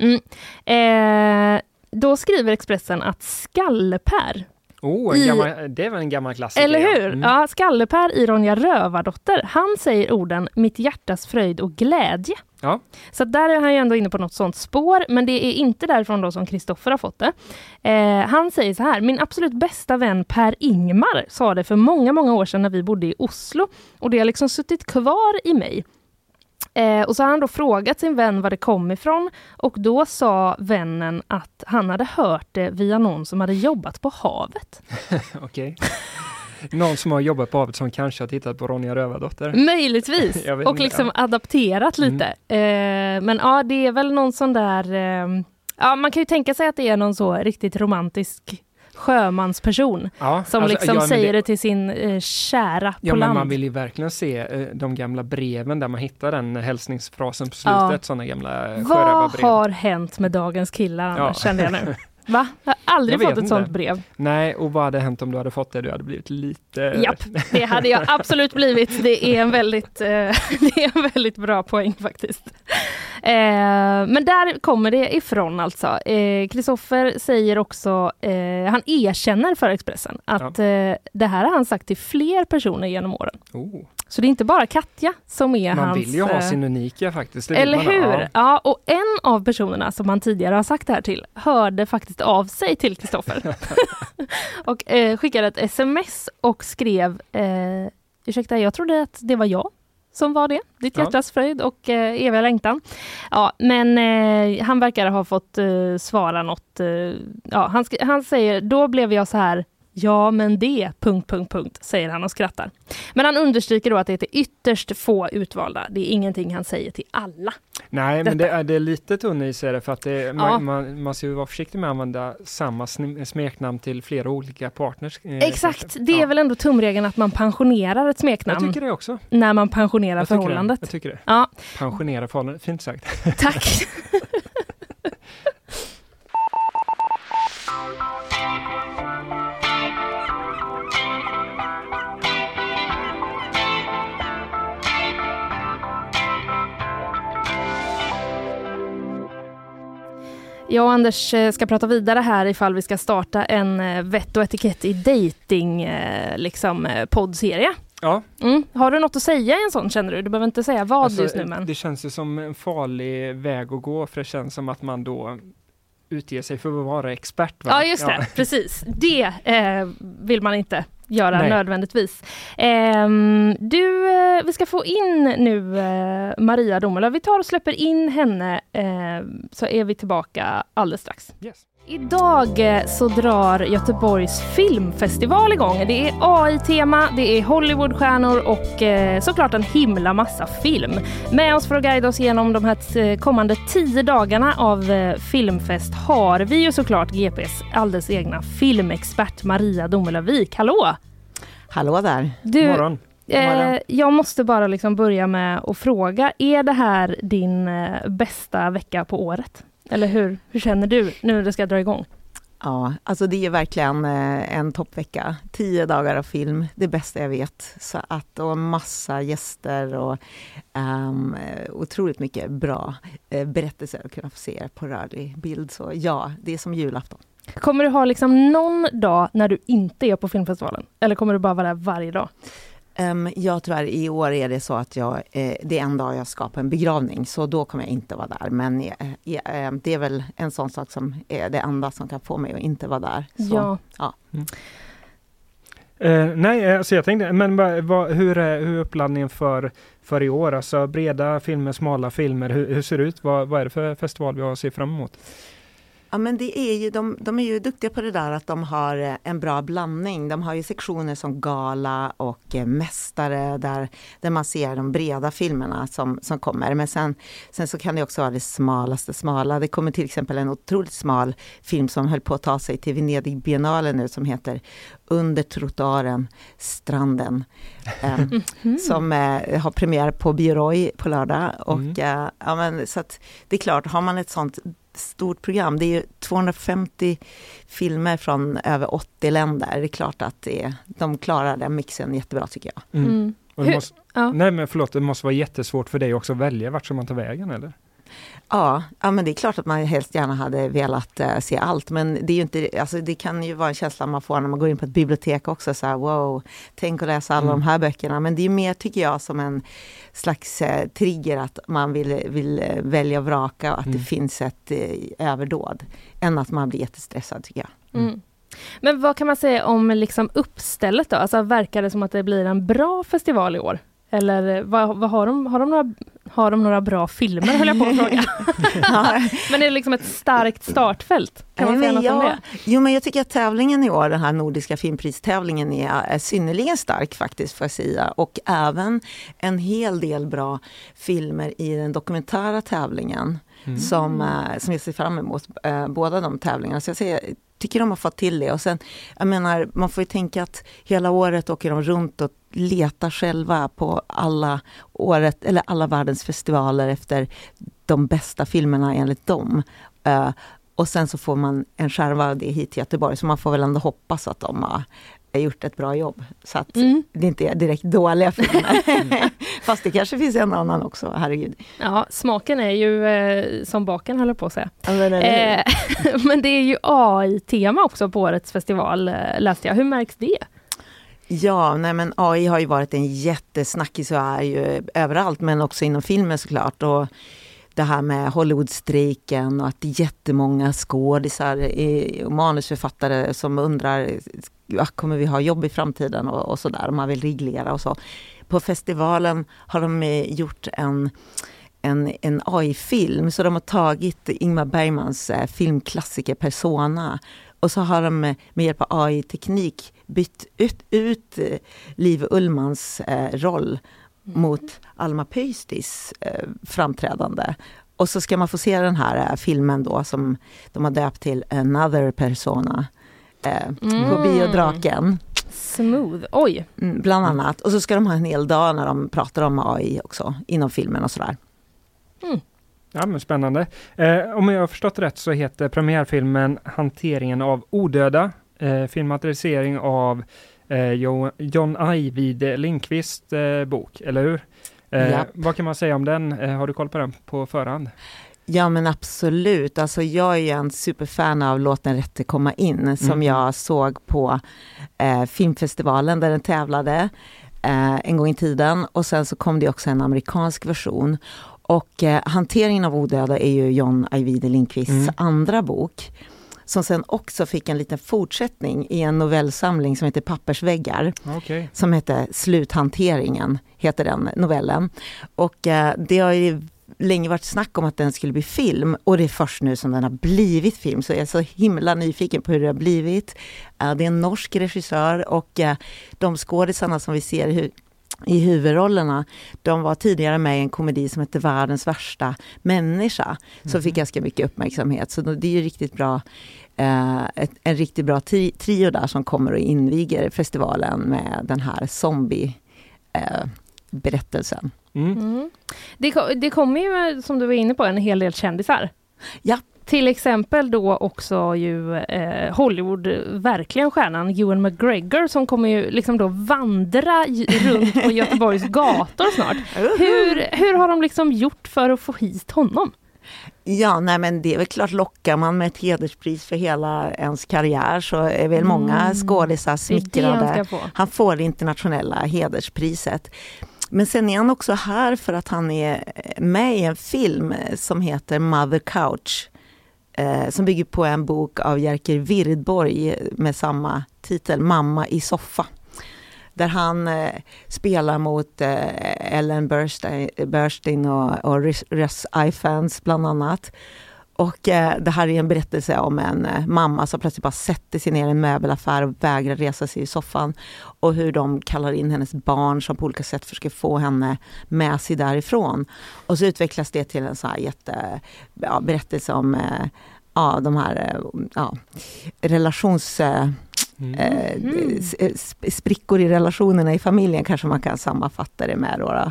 Då skriver Expressen att Skallepär. Det är väl en gammal klassiker. Eller hur? Ja, Skallepär i Ronja Rövardotter. Han säger orden mitt hjärtas fröjd och glädje. Ja. Så där är han ju ändå inne på något sånt spår, men det är inte därifrån då som Kristoffer har fått det. Han säger så här: min absolut bästa vän Per Ingmar sa det för många, många år sedan när vi bodde i Oslo, och det har liksom suttit kvar i mig. Och så har han då frågat sin vän var det kom ifrån, och då sa vännen att han hade hört det via någon som hade jobbat på havet. Okej. Någon som har jobbat på havet som kanske har tittat på Ronja Rövardotter. Möjligtvis. Och liksom adapterat lite. Men ja, det är väl någon sån där... man kan ju tänka sig att det är någon så riktigt romantisk sjömansperson som liksom säger det till sin kära på land. Men man vill ju verkligen se de gamla breven där man hittar den hälsningsfrasen på slutet. Sådana gamla sjörövarbrev. Vad har hänt med dagens killar, kände jag nu. Va? Jag har aldrig fått ett sånt brev. Nej, och vad hade hänt om du hade fått det? Du hade blivit lite... Japp, det hade jag absolut blivit. Det är en väldigt bra poäng faktiskt. Men där kommer det ifrån alltså. Kristoffer säger också, han erkänner för Expressen att det här har han sagt till fler personer genom åren. Så det är inte bara Katja som är hans... Man vill ju ha sin unika faktiskt. Eller hur? Ja, och en av personerna som han tidigare har sagt det här till hörde faktiskt av sig till Kristoffer. Och skickade ett sms och skrev ursäkta, jag trodde att det var jag som var det. Ditt hjärtas fröjd och eviga längtan. Ja, men han verkar ha fått svara något. Han säger, då blev jag så här, ja men det, ... säger han och skrattar. Men han understryker då att det är till ytterst få utvalda. Det är ingenting han säger till alla. Nej, men det är lite tunn i sig för att man ska ju vara försiktig med att använda samma smeknamn till flera olika partners. Exakt, det är väl ändå tumregeln att man pensionerar ett smeknamn. Jag tycker det också. När man pensionerar förhållandet. Jag tycker det. Ja. Pensionera förhållandet, fint sagt. Tack. Jag och Anders ska prata vidare här ifall vi ska starta en vett och etikett i dating poddserie. Ja. Har du något att säga i en sån, känner du? Du behöver inte säga vad just nu. Men... Det känns ju som en farlig väg att gå, för det känns som att man då utger sig för att vara expert. Va? Ja, just det. Precis. Det vill man inte göra nödvändigtvis. Vi ska få in nu Maria Domela. Vi tar och släpper in henne så är vi tillbaka alldeles strax. Yes. Idag så drar Göteborgs filmfestival igång. Det är AI-tema, det är Hollywoodstjärnor och såklart en himla massa film. Med oss för att guida oss igenom de här kommande 10 dagarna av filmfest har vi ju såklart GPs alldeles egna filmexpert Maria Domelavik. Hallå! Hallå där. Morgon. Jag måste bara börja med att fråga, är det här din bästa vecka på året? Eller hur känner du nu när det ska dra igång? Ja, alltså det är verkligen en toppvecka. 10 dagar av film, det bästa jag vet. Så att, och massa gäster och otroligt mycket bra berättelser att kunna få se på rörlig bild. Så ja, det är som julafton. Kommer du ha någon dag när du inte är på filmfestivalen? Eller kommer du bara vara där varje dag? Jag tror att i år är det så att det är en dag jag ska på en begravning, så då kommer jag inte vara där. Men det är väl en sån sak som är det enda som kan få mig att inte vara där. Så, ja. Nej, alltså jag tänkte, men hur är uppladdningen för i år? Alltså breda filmer, smala filmer, hur ser det ut? Vad är det för festival vi har att se fram emot? Ja, men det är ju, de är ju duktiga på det där att de har en bra blandning. De har ju sektioner som gala och mästare där man ser de breda filmerna som kommer. Men sen så kan det också vara det smalaste smala. Det kommer till exempel en otroligt smal film som höll på att ta sig till Venedig-biennalen nu som heter Under trottoaren, stranden. Som har premiär på Bioroy på lördag. Och, så att det är klart, har man ett sånt stort program. Det är ju 250 filmer från över 80 länder. Det är klart att de klarar den mixen jättebra, tycker jag. Och det måste vara jättesvårt för dig också att välja vart som man tar vägen, eller? Ja, men det är klart att man helst gärna hade velat se allt, men det är ju inte, alltså det kan ju vara en känsla man får när man går in på ett bibliotek också, så här, wow, tänk att läsa alla de här böckerna, men det är mer, tycker jag, som en slags trigger att man vill välja och vraka och att det finns ett överdåd, än att man blir jättestressad, tycker jag. Men vad kan man säga om uppstället då? Alltså, verkar det som att det blir en bra festival i år? Eller vad har de några bra filmer, höll jag på att fråga. Men är det ett starkt startfält? Kan man säga något om det? Jo, men jag tycker att tävlingen i år, den här nordiska filmpristävlingen, är synnerligen stark faktiskt, för att säga. Och även en hel del bra filmer i den dokumentära tävlingen som jag ser fram emot, båda de tävlingarna. Så jag tycker de har fått till det. Och sen, jag menar, man får ju tänka att hela året åker de runt och letar själva på alla världens festivaler efter de bästa filmerna enligt dem. Och sen så får man en skärva av det hit till Göteborg, så man får väl ändå hoppas att de har gjort ett bra jobb. Så att det inte är direkt dåliga filmer. Fast det kanske finns en annan också, herregud. Ja, smaken är ju som baken, håller på att säga. Men det är ju AI-tema också på årets festival, läste jag. Hur märks det? Ja, men AI har ju varit en jättesnackis och är ju överallt, men också inom filmen såklart. Och det här med Hollywoodstrejken och att det är jättemånga skådisar och manusförfattare som undrar, kommer vi ha jobb i framtiden och sådär, om man vill reglera och så. på festivalen har de gjort en AI-film. Så de har tagit Ingmar Bergmans filmklassiker Persona. Och så har de med hjälp av AI-teknik bytt ut Liv Ullmans roll mot Alma Pöystis framträdande. Och så ska man få se den här filmen då som de har döpt till Another Persona på Biodraken. Smooth, oj. Bland annat. Och så ska de ha en hel dag när de pratar om AI också inom filmen och sådär. Ja, men spännande. Om jag har förstått rätt så heter premiärfilmen Hanteringen av odöda. Filmatisering av John Ajvide Lindqvist bok, eller hur? Vad kan man säga om den? Har du koll på den på förhand? Ja, men absolut. Alltså, jag är ju en superfan av Låt den rätte komma in som jag såg på filmfestivalen där den tävlade en gång i tiden. Och sen så kom det också en amerikansk version. Och Hanteringen av odöda är ju John Ajvide Lindqvists andra bok. Som sen också fick en liten fortsättning i en novellsamling som heter Pappersväggar. Okay. Som heter Sluthanteringen, heter den novellen. Och det har ju länge varit snack om att den skulle bli film. Och det är först nu som den har blivit film. Så jag är så himla nyfiken på hur det har blivit. Det är en norsk regissör och de skådisarna som vi ser i huvudrollerna, de var tidigare med i en komedi som heter Världens värsta människa, som fick ganska mycket uppmärksamhet. Så det är ju riktigt bra, en riktigt bra trio där som kommer och inviger festivalen med den här zombie-berättelsen. Det kommer ju, som du var inne på, en hel del kändisar. Ja. Till exempel då också ju Hollywood, verkligen stjärnan Ewan McGregor som kommer ju liksom då vandra runt på Göteborgs gator snart. Hur har de liksom gjort för att få hit honom? Ja, nej, men det är väl klart, lockar man med ett hederspris för hela ens karriär så är väl många skådisar smickrade. Han får det internationella hederspriset. Men sen är han också här för att han är med i en film som heter Mother Couch. Som bygger på en bok av Jerker Wirdborg med samma titel, Mamma i soffa. Där han spelar mot Ellen Burstyn och Russ Ifans bland annat. Och det här är en berättelse om en mamma som plötsligt bara sätter sig ner i en möbelaffär och vägrar resa sig i soffan. Och hur de kallar in hennes barn som på olika sätt försöker få henne med sig därifrån. Och så utvecklas det till en så här berättelse om de här sprickor i relationerna i familjen, kanske man kan sammanfatta det med då.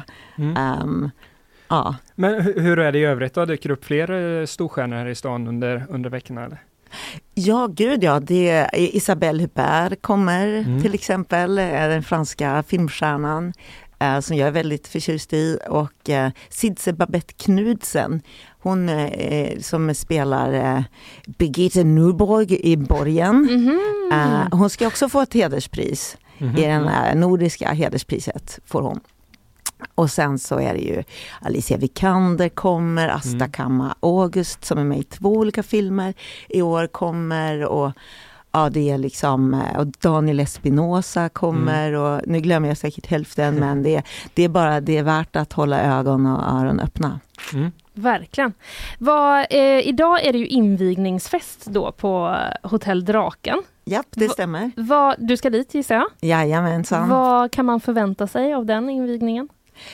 Men hur är det i övrigt då? Dyker upp fler storstjärnor här i stan under veckorna eller? Ja, gud ja. Det är Isabelle Huppert kommer till exempel, den franska filmstjärnan som jag är väldigt förtjust i, och Sidse Babette Knudsen, hon som spelar Birgitte Nyborg i Borgen. Hon ska också få ett hederspris i den nordiska hederspriset får hon. Och sen så är det ju Alicia Vikander kommer, Asta Kamma August som är med i 2 olika filmer i år kommer, och det är liksom, och Daniel Espinosa kommer, och nu glömmer jag säkert hälften, men det är värt att hålla ögon och öron öppna. Verkligen. Idag är det ju invigningsfest då på Hotell Draken. Ja, det stämmer. Du ska dit, gissar jag? Jajamensan. Vad kan man förvänta sig av den invigningen?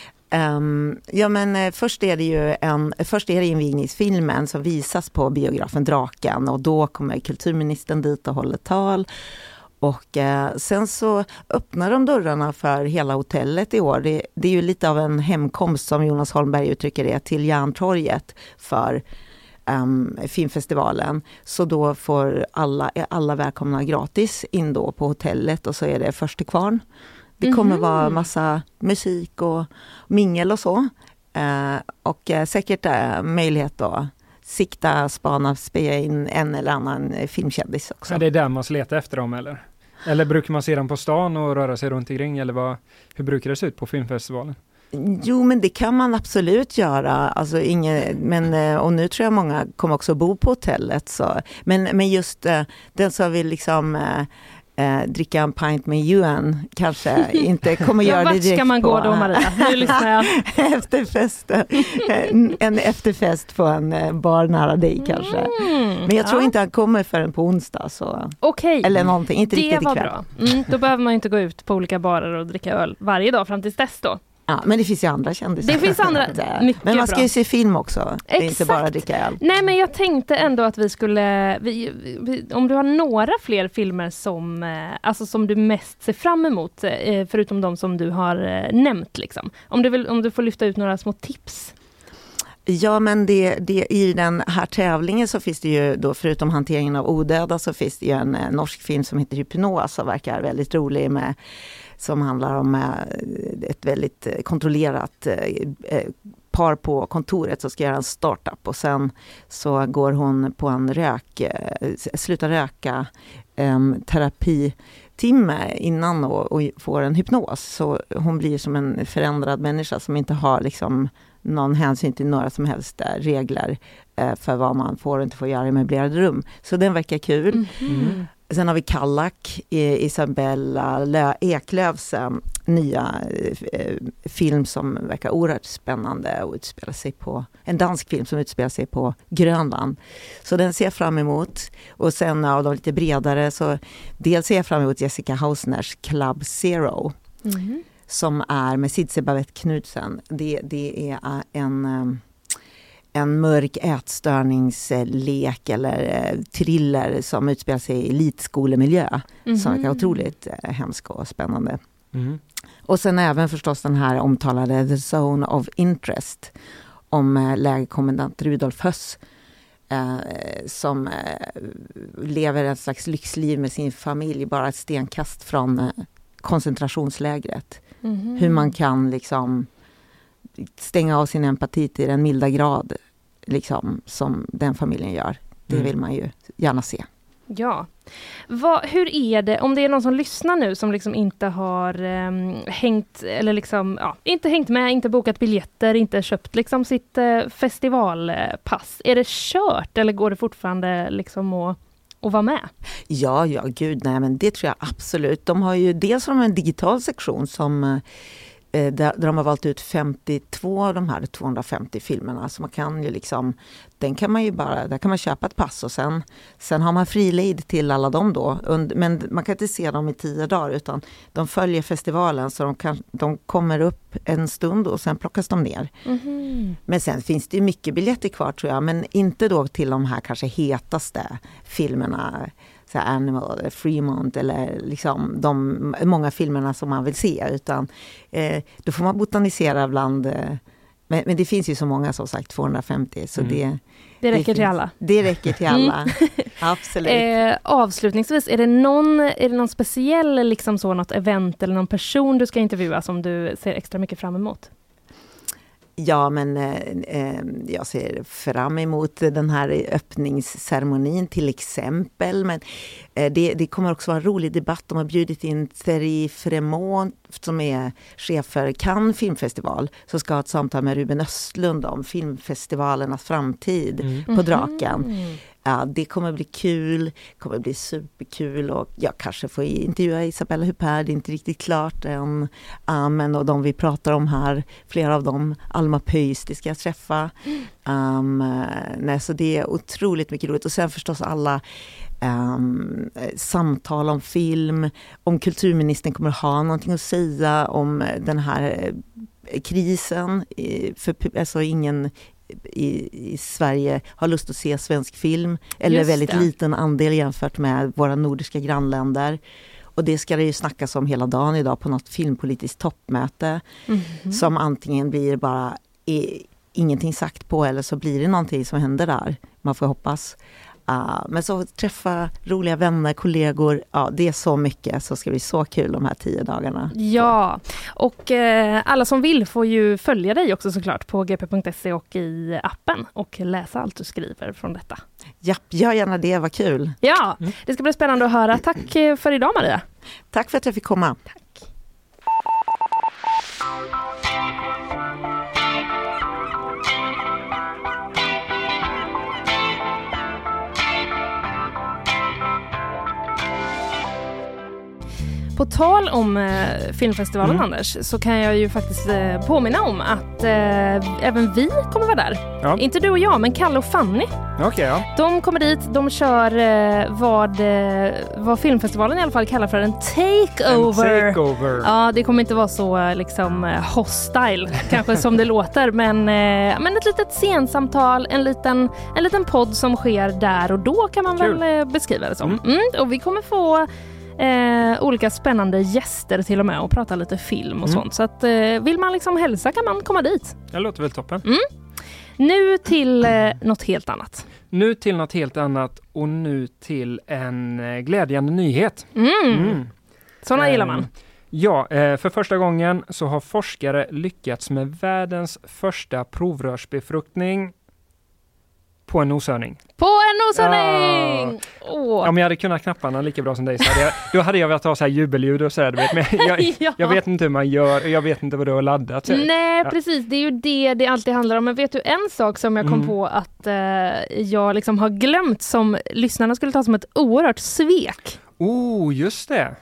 Först är det invigningsfilmen som visas på biografen Draken, och då kommer kulturministern dit och håller tal. Och sen så öppnar de dörrarna för hela hotellet i år. Det är ju lite av en hemkomst, som Jonas Holmberg uttrycker det, till Järntorget för filmfestivalen. Så då får alla välkomna gratis in då på hotellet, och så är det först till kvarn. Det kommer vara massa musik och mingel och så. Och säkert möjlighet att spana in en eller annan filmkändis också. Ja, det är där man letar efter dem, eller? Eller brukar man se dem på stan och röra sig runt omkring? Eller hur brukar det se ut på filmfestivalen? Jo, men det kan man absolut göra. Alltså och nu tror jag många kommer också bo på hotellet. Så. Men just den som vill liksom dricka en pint med Yuan kanske inte kommer göra det direkt. Vart ska man gå då, Maria? Nu lyssnar jag. Efterfesten. En efterfest på en bar nära dig kanske. Men jag tror inte han kommer förrän på onsdag. Okej. Eller någonting, inte det riktigt var ikväll. Bra. Då behöver man inte gå ut på olika barer och dricka öl varje dag fram till dess då. Ja, men det finns ju andra kändisar. Det finns andra, mycket men man ska ju bra. se film också. Exakt. Det är inte bara dricka öl. Nej, men jag tänkte ändå att vi skulle... om du har några fler filmer som du mest ser fram emot, förutom de som du har nämnt. Liksom. Om du får lyfta ut några små tips. Ja, men i den här tävlingen så finns det ju då, förutom hanteringen av odöda, så finns det ju en norsk film som heter Hypnos som verkar väldigt rolig som handlar om ett väldigt kontrollerat par på kontoret som ska göra en startup och sen så går hon på en slutar röka terapitimme innan och får en hypnos. Så hon blir som en förändrad människa som inte har liksom någon hänsyn till några som helst regler för vad man får och inte får göra i möblerade rum. Så den verkar kul. Mm. Sen har vi Kallak, Isabella Eklövs nya film som verkar oerhört spännande och utspelar sig en dansk film som utspelar sig på Grönland. Så den ser jag fram emot. Och sen av de lite bredare så dels ser jag fram emot Jessica Hausners Club Zero. Mm. Som är med Sidse Babette Knudsen. Det är en mörk ätstörningslek eller thriller som utspelar sig i elitskolemiljö. Som är otroligt hemsk och spännande. Mm. Och sen även förstås den här omtalade The Zone of Interest om lägerkommendant Rudolf Höss som lever ett slags lyxliv med sin familj bara ett stenkast från koncentrationslägret. Mm. Hur man kan liksom stänga av sin empati till den milda grad liksom, som den familjen gör. Det vill man ju gärna se. Ja. Hur är det om det är någon som lyssnar nu som liksom inte har hängt eller liksom, inte hängt med, inte bokat biljetter, inte köpt liksom sitt festivalpass. Är det kört eller går det fortfarande liksom att vara med? Ja, gud, nej, men det tror jag absolut. De har ju dels en digital sektion som där de har valt ut 52 av de här 250 filmerna. Så man kan ju liksom, där kan man köpa ett pass och sen har man frilejd till alla dem då. Men man kan inte se dem i 10 dagar utan de följer festivalen så de kommer upp en stund och sen plockas de ner. Mm-hmm. Men sen finns det ju mycket biljetter kvar tror jag, men inte då till de här kanske hetaste filmerna. Animal eller Fremont eller liksom de många filmerna som man vill se utan då får man botanisera bland men det finns ju så många som sagt 250 så det räcker till alla. Det räcker till alla. Absolut. Avslutningsvis är det någon speciell liksom så något event eller någon person du ska intervjua som du ser extra mycket fram emot? Ja, men jag ser fram emot den här öppningsceremonin till exempel. Men det kommer också vara en rolig debatt. De har bjudit in Thierry Fremont som är chef för Cannes filmfestival som ska ha ett samtal med Ruben Östlund om filmfestivalernas framtid på Draken. Ja, det kommer bli kul, kommer bli superkul och jag kanske får intervjua Isabella Huppert, det är inte riktigt klart än. Men och de vi pratar om här, flera av dem, Alma Pöys, det ska jag träffa. Så det är otroligt mycket roligt och sen förstås alla samtal om film, om kulturministern kommer ha någonting att säga om den här krisen, alltså ingen i Sverige har lust att se svensk film eller väldigt liten andel jämfört med våra nordiska grannländer. Och det ska det ju snackas om hela dagen idag på något filmpolitiskt toppmöte som antingen blir bara ingenting sagt på eller så blir det någonting som händer där. Man får hoppas. Men så träffa roliga vänner, kollegor, det är så mycket så ska bli så kul de här 10 dagarna. Ja, och alla som vill får ju följa dig också såklart på gp.se och i appen och läsa allt du skriver från detta. Ja, gör gärna det, vad kul. Ja, det ska bli spännande att höra. Tack för idag Maria. Tack för att jag fick komma. Tack. På tal om filmfestivalen, Anders, så kan jag ju faktiskt påminna om att även vi kommer vara där. Ja. Inte du och jag, men Kalle och Fanny. Okay, ja. De kommer dit, de kör vad filmfestivalen i alla fall kallar för en takeover. Ja, det kommer inte vara så liksom hostile kanske som det låter, men ett litet scensamtal, en liten podd som sker där och då kan man väl beskriva det som. Och vi kommer få olika spännande gäster till och med och prata lite film och sånt. Så att vill man liksom hälsa kan man komma dit. Det låter väl toppen. Nu till något helt annat. Och nu till en glädjande nyhet. Såna gillar man. Ja, för första gången så har forskare lyckats med världens första provrörsbefruktning på en noshörning. Om jag hade kunnat knapparna lika bra som dig så då hade jag velat ha så här jubelljud och så där, du vet. Men jag vet inte hur man gör och jag vet inte vad du har laddat. Nej, precis. Det är ju det alltid handlar om. Men vet du en sak som jag kom på att jag liksom har glömt som lyssnarna skulle ta som ett oerhört svek? Just det.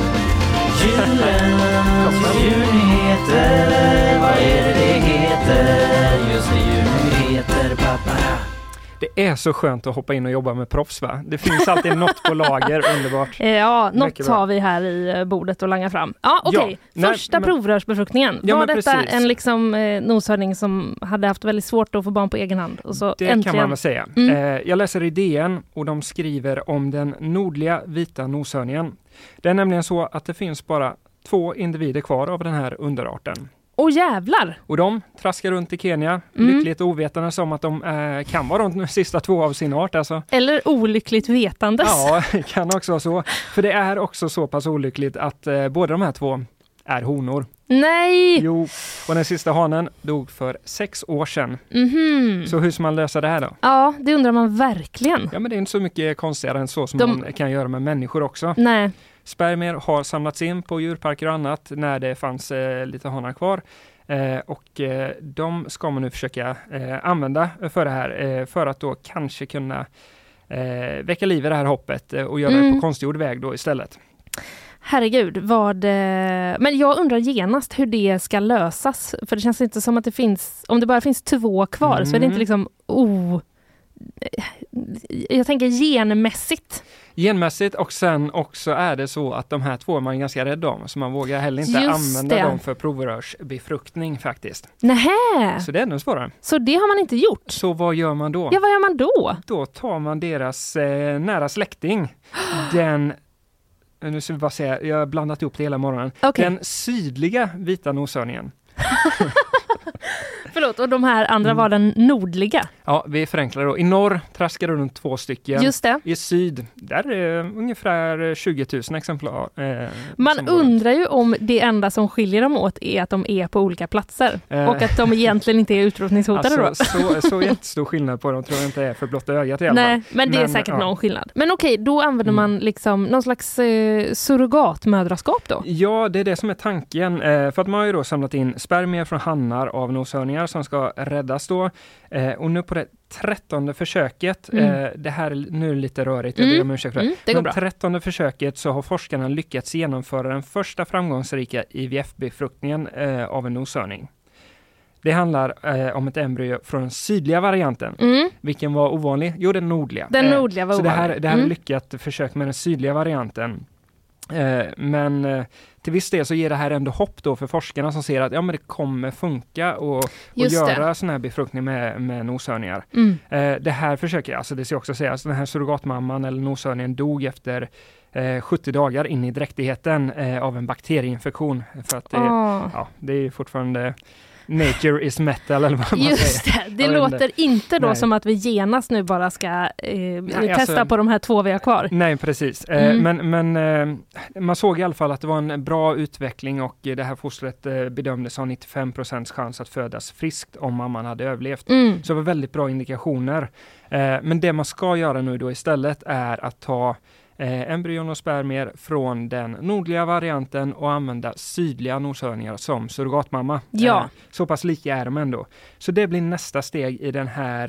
Djurnyheter, vad är det heter? Just det, djurnyheter, pappa. Det är så skönt att hoppa in och jobba med proffs, va? Det finns alltid något på lager, underbart. Ja, något har vi här i bordet och langar fram. Ja, okej. Första provrörsbefruktningen. Var detta en liksom noshörning som hade haft väldigt svårt att få barn på egen hand? Och så det äntligen. Kan man väl säga. Jag läser i DN och de skriver om den nordliga vita noshörningen. Det är nämligen så att det finns bara 2 individer kvar av den här underarten. Åh jävlar! Och de traskar runt i Kenya, lyckligt ovetande som att de kan vara de sista 2 av sin art. Alltså. Eller olyckligt vetandes. Ja, det kan också vara så. För det är också så pass olyckligt att båda de här 2 är honor. Nej! Jo, och den sista hanen dog för 6 år sedan. Så hur ska man lösa det här då? Ja, det undrar man verkligen. Ja, men det är inte så mycket konstigare än så som man kan göra med människor också. Nej. Spermier har samlats in på djurparker och annat när det fanns lite hanar kvar. Och de ska man nu försöka använda för det här. För att då kanske kunna väcka liv i det här hoppet och göra det på konstgjord väg då istället. Herregud, men jag undrar genast hur det ska lösas. För det känns inte som att det finns, om det bara finns 2 kvar så är det inte liksom jag tänker genmässigt och sen också är det så att de här 2 är man ganska rädd om så man vågar heller inte använda dem för provrörsbefruktning faktiskt. Nähä. Så det är ännu svårare. Så det har man inte gjort? Så vad gör man då? Ja, vad gör man då? Då tar man deras nära släkting. Nu ska vi bara säga, jag har blandat ihop det hela morgonen. Okay. Den sydliga vita noshörningen. Förlåt, och de här andra var den nordliga? Ja, vi förenklar då. I norr traskar det runt 2 stycken. Just det. I syd, där är ungefär 20 000 exemplar. Man undrar ju om det enda som skiljer dem åt är att de är på olika platser. Och att de egentligen inte är utrotningshotade alltså, då. Så jättestor skillnad på dem tror jag inte är för blotta ögat i alla fall. Nej, men det är säkert någon skillnad. Men okej, då använder man liksom någon slags surrogatmödraskap då? Ja, det är det som är tanken. För att man har ju då samlat in spermier från hannar av noshörningar som ska räddas då. Och nu på det 13:e försöket, det här är nu lite rörigt, jag ber om ursäkt för det. Men 13:e försöket så har forskarna lyckats genomföra den första framgångsrika IVF-befruktningen av en noshörning. Det handlar om ett embryo från den sydliga varianten. Vilken var ovanlig? Jo, den nordliga. Den nordliga var ovanlig. Så det här är lyckat försök med den sydliga varianten. Men till viss del så ger det här ändå hopp då för forskarna som ser att men det kommer funka och göra sån här befruktning med noshörningar. Det här försöker, alltså det ska också sägas, den här surrogatmamman eller noshörningen dog efter 70 dagar in i dräktigheten av en bakterieinfektion. För att det är ju fortfarande nature is metal eller vad man Just säger. Det låter inte då som att vi genast nu bara ska testa på de här 2 vi har kvar. Nej, precis. Men man såg i alla fall att det var en bra utveckling och det här fostret bedömdes ha 95% chans att födas friskt om mamman hade överlevt. Så det var väldigt bra indikationer. Men det man ska göra nu då istället är att ta embryon och spermier från den nordliga varianten och använda sydliga noshörningar som surrogatmamma. Ja. Så pass lika är de ändå. Så det blir nästa steg i den här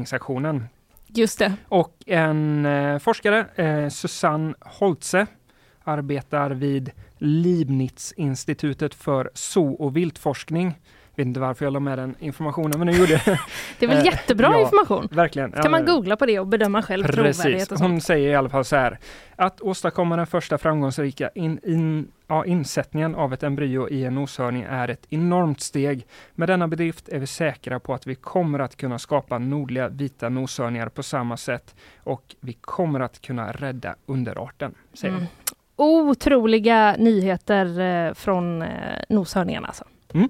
räddningsaktionen. Just det. Och en forskare, Susanne Holtze, arbetar vid Leibniz-institutet för zoo- och viltforskning. Jag vet inte varför jag la med den informationen, men nu gjorde jag. Det är väl jättebra information? Verkligen. Kan man googla på det och bedöma själv trovärdighet och sånt? Hon säger i alla fall så här: att åstadkomma den första framgångsrika insättningen av ett embryo i en noshörning är ett enormt steg. Med denna bedrift är vi säkra på att vi kommer att kunna skapa nordliga vita noshörningar på samma sätt, och vi kommer att kunna rädda underarten, säger hon. Otroliga nyheter från noshörningarna alltså.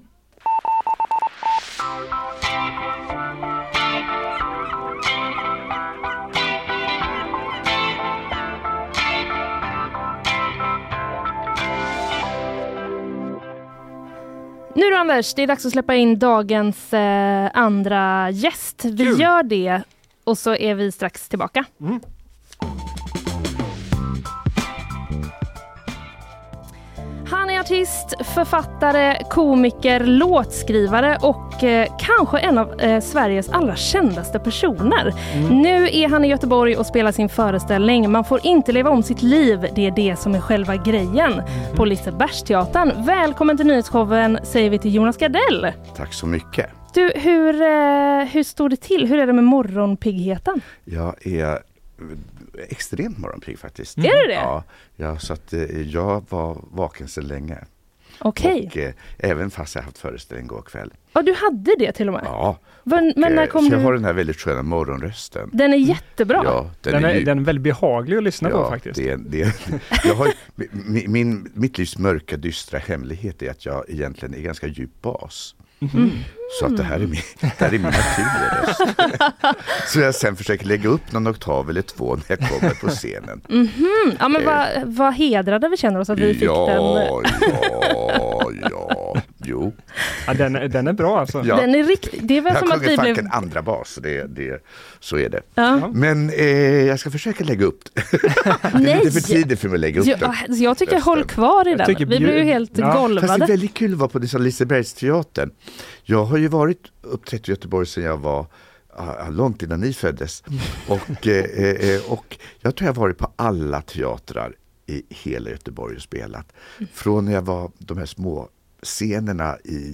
Nu då, Anders, det är dags att släppa in dagens andra gäst. Vi gör det och så är vi strax tillbaka. Han är artist, författare, komiker, låtskrivare och kanske en av Sveriges allra kändaste personer. Nu är han i Göteborg och spelar sin föreställning. Man får inte leva om sitt liv, det är det som är själva grejen. På Lisebergsteatern. Välkommen till nyhetsshowen, säger vi till Jonas Gardell. Tack så mycket. Du, hur står det till? Hur är det med morgonpiggheten? Jag är extremt morgonpigg faktiskt. Är du det? Ja, så att jag var vaken så länge. Okej. Och även fast jag haft föreställning igår kväll. Ja, du hade det till och med? Ja. Men när kom så du? jag har den här väldigt sköna morgonrösten. Den är jättebra. Ja, den är väldigt behaglig att lyssna på faktiskt. Jag har, mitt livs mörka, dystra hemlighet är att jag egentligen är ganska djup bas. Så att det här är min naturliga röst. Så jag sen försöker lägga upp någon oktav eller två när jag kommer på scenen. Ja, men vad hedrade vi känner oss att vi fick den. Jo. Ja, den är bra alltså. Ja. Den är riktigt. Det är väl som att vi blev en andra bas, så är det. Ja. Men jag ska försöka lägga upp det. Det är lite för tidigt för mig att lägga upp den. Jag tycker håll kvar i den. Vi blir ju helt golvade. Fast det är väldigt kul att vara på Lisebergsteatern. Jag har ju varit uppträtt i Göteborg sedan jag var långt innan ni föddes. Och jag tror jag har varit på alla teatrar i hela Göteborg och spelat. Från när jag var de här små scenerna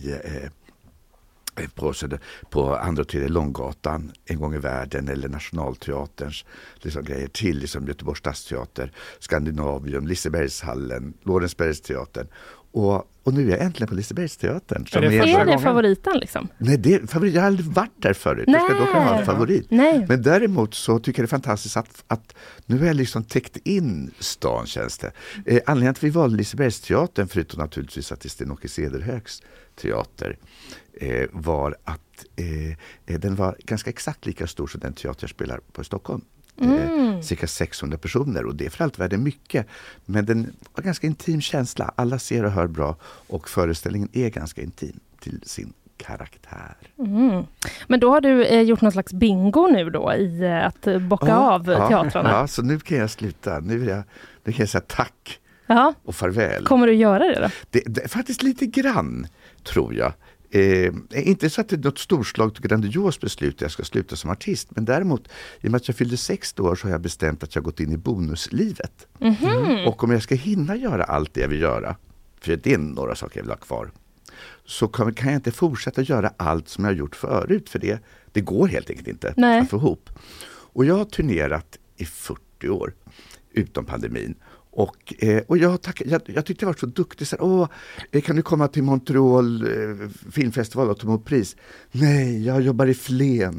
på andra och tredje Långgatan en gång i världen, eller Nationalteaterns liksom grejer, till liksom Göteborgs stadsteater, Skandinavium, Lisebergshallen, Lorensbergsteatern. Och nu är jag äntligen på Lisebergsteatern. Är det favoriten liksom? Nej, jag har aldrig varit där förut. Jag ska då ha en favorit. Nej. Men däremot så tycker jag det är fantastiskt att nu har jag liksom täckt in stan, känns det. Anledningen till att vi valde Lisebergsteatern, förutom naturligtvis att det är Sten-Åke Cederhögs teater, var att den var ganska exakt lika stor som den teater jag spelar på i Stockholm. Cirka 600 personer, och det är för allt värde mycket, men den var ganska intim känsla. Alla ser och hör bra, och föreställningen är ganska intim till sin karaktär. Men då har du gjort någon slags bingo nu då i att bocka av teatrarna. Ja, så nu kan jag sluta. Nu kan jag säga tack och farväl. Kommer du göra det då? Det faktiskt lite grann, tror jag. Inte så att det är något storslaget och grandios beslut jag ska sluta som artist, men däremot i och med att jag fyllde 60 år så har jag bestämt att jag gått in i bonuslivet. Och om jag ska hinna göra allt det jag vill göra, för det är några saker jag vill ha kvar, så kan jag inte fortsätta göra allt som jag har gjort förut, för det går helt enkelt inte att få ihop. Och jag har turnerat i 40 år utom pandemin. Och jag tyckte jag var så duktig. Kan du komma till Montreal filmfestival och ta emot pris? Nej, jag jobbar i Flen.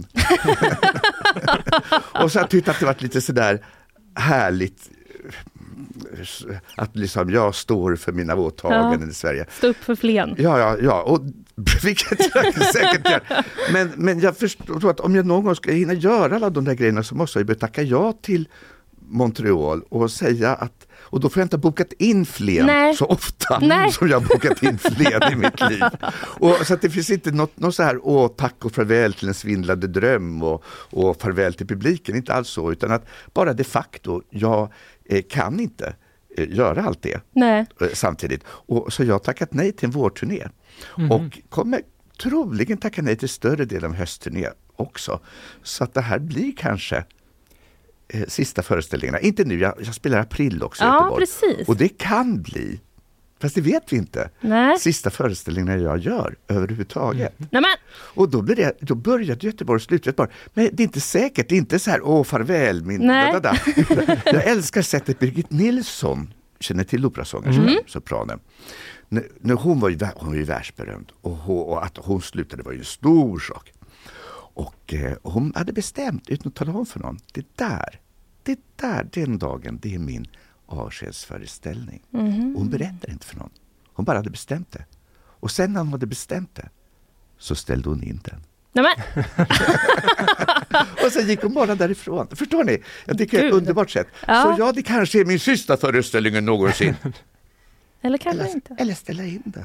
Och så har jag tyckt att det var lite sådär härligt att liksom jag står för mina åtaganden i Sverige. Stå upp för Flen. Ja. Och vilket jag säkert gör. Men jag förstår att om jag någon gång ska hinna göra alla de där grejerna, så måste jag börja tacka ja till Montreal och säga att, och då får jag inte ha bokat in Flen så ofta som jag har bokat in Flen i mitt liv. Och så att det finns inte något så här, tack och farväl till en svindlande dröm och farväl till publiken, inte alls så, utan att bara de facto jag kan inte göra allt det samtidigt. Och så jag har tackat nej till en vårturné och kommer troligen tacka nej till större del av höstturné också. Så att det här blir kanske sista föreställningarna. Inte nu, jag spelar april också i Ja, Göteborg. precis. Och det kan bli, fast det vet vi inte, sista föreställningarna jag gör överhuvudtaget. Och då började Göteborg och slutade bara. Men det är inte säkert, det är inte så här, farväl min Jag älskar sättet Birgit Nilsson, känner till operasångerskan, sopranen. När hon var ju världsberömd och att hon slutade var ju en stor sak. Och hon hade bestämt, utan att tala om för någon, det där den dagen, det är min avskedsföreställning. Hon berättade inte för någon. Hon bara hade bestämt det. Och sen när hon hade bestämt det så ställde hon in den. Och sen gick hon bara därifrån. Förstår ni? Jag tycker det är ett underbart sätt. Så ja, det kanske är min sista föreställning någonsin. Eller ställa in den.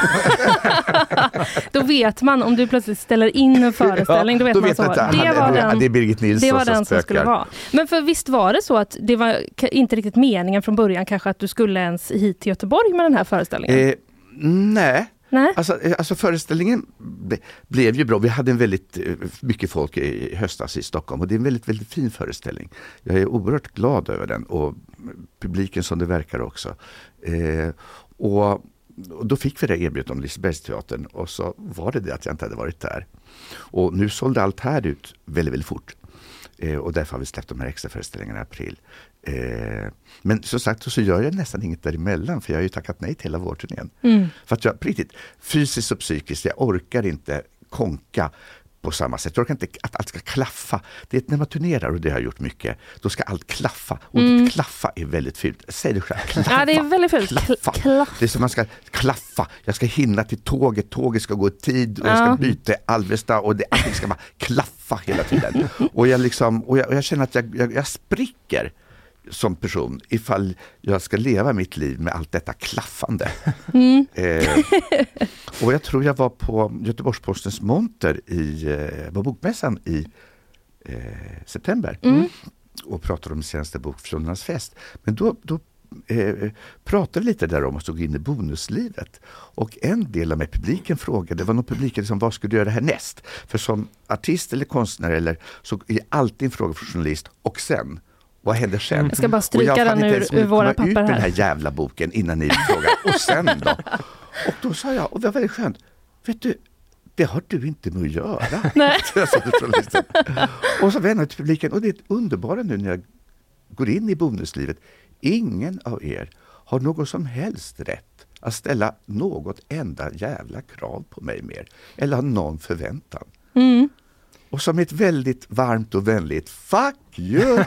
Då vet man, om du plötsligt ställer in en föreställning, då vet man så. Det är Birgit Nilsson. Det var den som skulle vara. Men för visst var det så att det var inte riktigt meningen från början kanske att du skulle ens hit till Göteborg med den här föreställningen? Nej. Alltså föreställningen blev ju bra. Vi hade en väldigt mycket folk i höstas i Stockholm och det är en väldigt, väldigt fin föreställning. Jag är oerhört glad över den och publiken som det verkar också. Och då fick vi det erbjudandet om Lisebergsteatern och så var det att jag inte hade varit där. Och nu sålde allt här ut väldigt, väldigt fort. Och därför har vi släppt de här extra föreställningarna i april. Men som sagt så gör jag nästan inget däremellan för jag har ju tackat nej till hela vårturnén. För att jag riktigt fysiskt och psykiskt, jag orkar inte konka på samma sätt. Jag orkar inte att allt ska klaffa. Det är när man turnerar och det har jag gjort mycket, då ska allt klaffa. Och klaffa är väldigt fult. Säg det själv. Klaffa. Ja, det är väldigt fult. Klaffa. Det är som man ska klaffa. Jag ska hinna till tåget. Tåget ska gå i tid och jag ska byta Alvesta och allting ska bara klaffa hela tiden. Och jag känner att jag spricker som person ifall jag ska leva mitt liv med allt detta klaffande. Och jag tror jag var på Göteborgs-Postens monter på bokmässan i september och pratade om min senaste bok Fjollarnas fest. Men då pratade vi lite där om att stå in i bonuslivet. Och en del av mig, publiken frågade, det var någon publiken som vad skulle du göra härnäst? För som artist eller konstnär så är alltid en fråga för journalist och sen vad händer sen? Jag ska bara stryka den ur våra papper här. Den här jävla boken innan ni frågar. Och sen då? Och då sa jag, och det var väldigt skönt, vet du, det har du inte med att göra. Nej. Och så vände jag till publiken, och det är underbara nu när jag går in i bonuslivet. Ingen av er har någon som helst rätt att ställa något enda jävla krav på mig mer. Eller ha någon förväntan. Och som ett väldigt varmt och vänligt fuck you.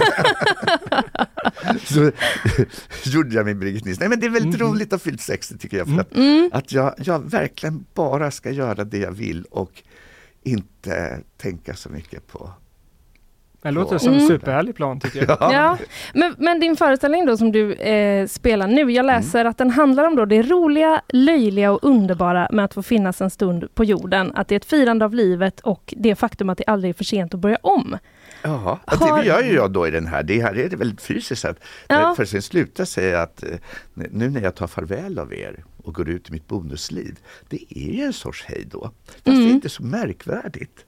Så gjorde jag min Birgit Nilsson. Nej, men det är väldigt roligt att fyllt 60 tycker jag. För att jag verkligen bara ska göra det jag vill och inte tänka så mycket på. Det låter som en superhärlig plan tycker jag. Ja. Men din föreställning då som du spelar nu, jag läser att den handlar om då det roliga, löjliga och underbara med att få finnas en stund på jorden. Att det är ett firande av livet och det faktum att det aldrig är för sent att börja om. Ja, det gör ju jag då i den här. Det här är det väldigt fysiskt att för sen sluta säga att nu när jag tar farväl av er och går ut i mitt bonusliv, det är ju en sorts hej då. Fast det är inte så märkvärdigt.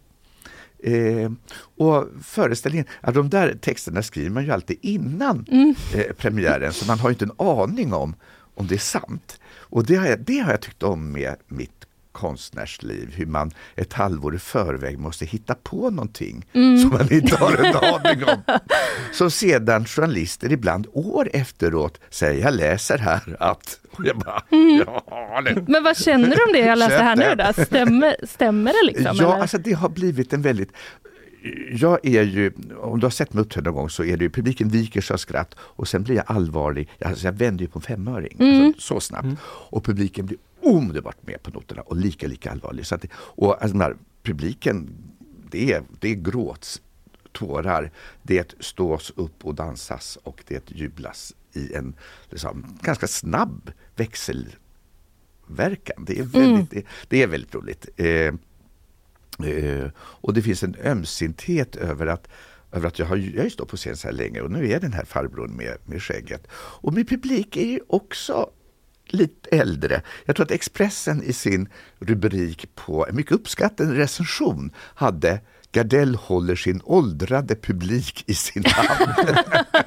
Och föreställningen, de där texterna skriver man ju alltid innan premiären, så man har ju inte en aning om det är sant. Och det har jag tyckt om med mitt konstnärsliv, hur man ett halvår i förväg måste hitta på någonting som man inte har en aning om. Så sedan journalister ibland år efteråt säger, jag läser här att, och jag bara, Men vad känner du om det jag läste här nu då? Stämmer det liksom? Ja, eller? alltså det har blivit en väldigt... Jag är ju, om du har sett mig uppträda någon gång så är det ju, publiken viker sig av skratt och sen blir jag allvarlig. Alltså jag vänder ju på en 5-öring så snabbt. Och publiken blir omedelbart med på noterna och lika allvarlig. Så att och alltså, den här publiken, det är gråts, tårar, det stås upp och dansas och det jublas i en liksom, ganska snabb växelverkan. Det är väldigt roligt. Och det finns en ömsinthet över att jag har stått på scen så här länge och nu är den här farbrorn med skägget. Och min publik är ju också lite äldre. Jag tror att Expressen i sin rubrik på en mycket uppskattad recension hade Gardell håller sin åldrade publik i sin hand.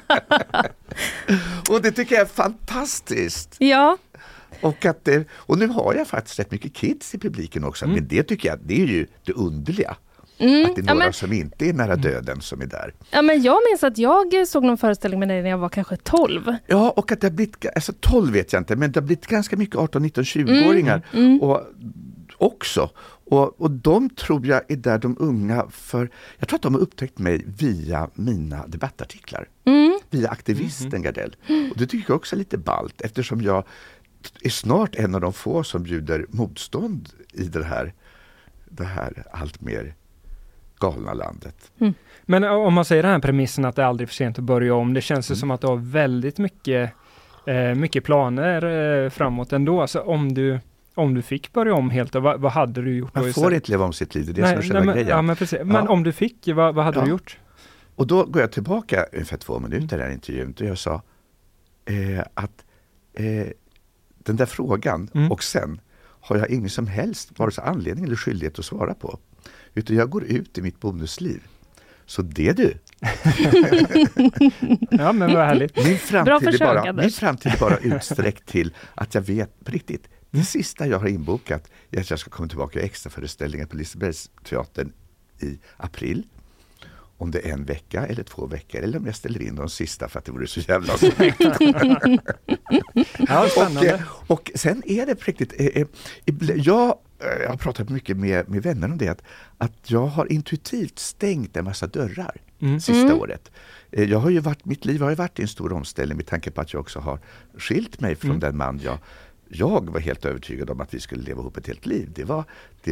Och det tycker jag är fantastiskt. Ja. Och nu har jag faktiskt rätt mycket kids i publiken också. Men det tycker jag, det är ju det underliga. Att det är några som inte är nära döden som är där. Ja, men jag minns att jag såg någon föreställning med dig när jag var kanske 12. Ja, och att det har blivit, alltså 12 vet jag inte, men det har blivit ganska mycket 18, 19, 20-åringar och också. Och de tror jag är där de unga, för jag tror att de har upptäckt mig via mina debattartiklar. Via aktivisten Gardell. Och det tycker jag också är lite ballt, eftersom jag är snart en av de få som bjuder motstånd i det här allt mer galna landet. Men om man säger den här premissen att det är aldrig för sent att börja om, det känns ju som att du har väldigt mycket planer framåt ändå. Alltså om du fick börja om helt, vad hade du gjort? Man får inte leva om sitt liv, det är det som är själva grejen. Ja, men precis. Men om du fick, vad hade du gjort? Och då går jag tillbaka ungefär 2 minuter i den här intervjun och jag sa att den där frågan och sen har jag ingen som helst vare sig anledning eller skyldighet att svara på. Utan jag går ut i mitt bonusliv. Så det du. Ja, men vad härligt. Min framtid är bara utsträckt till att jag vet på riktigt. Det sista jag har inbokat är att jag ska komma tillbaka i extra föreställningar på Lisebergsteatern i april. Om det är 1 vecka eller 2 veckor. Eller om jag ställer in de sista för att det vore så jävla snyggt. Ja, spännande. Och sen är det på riktigt. Jag har pratat mycket med vänner om det. Att jag har intuitivt stängt en massa dörrar sista året. Mitt liv har ju varit i en stor omställning med tanke på att jag också har skilt mig från den man jag var helt övertygad om att vi skulle leva ihop ett helt liv. Det var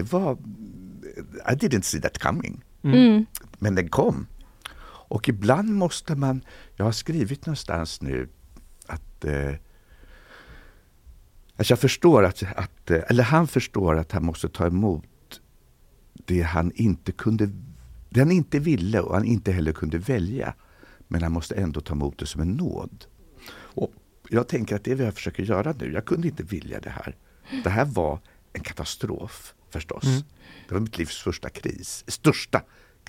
I didn't see that coming. Men den kom. Och ibland måste man, jag har skrivit någonstans nu att jag förstår eller han förstår att han måste ta emot det han inte ville och han inte heller kunde välja. Men han måste ändå ta emot det som en nåd. Och jag tänker att det är vad jag försöker göra nu. Jag kunde inte vilja det här. Det här var en katastrof förstås. Det var mitt livs första kris. Största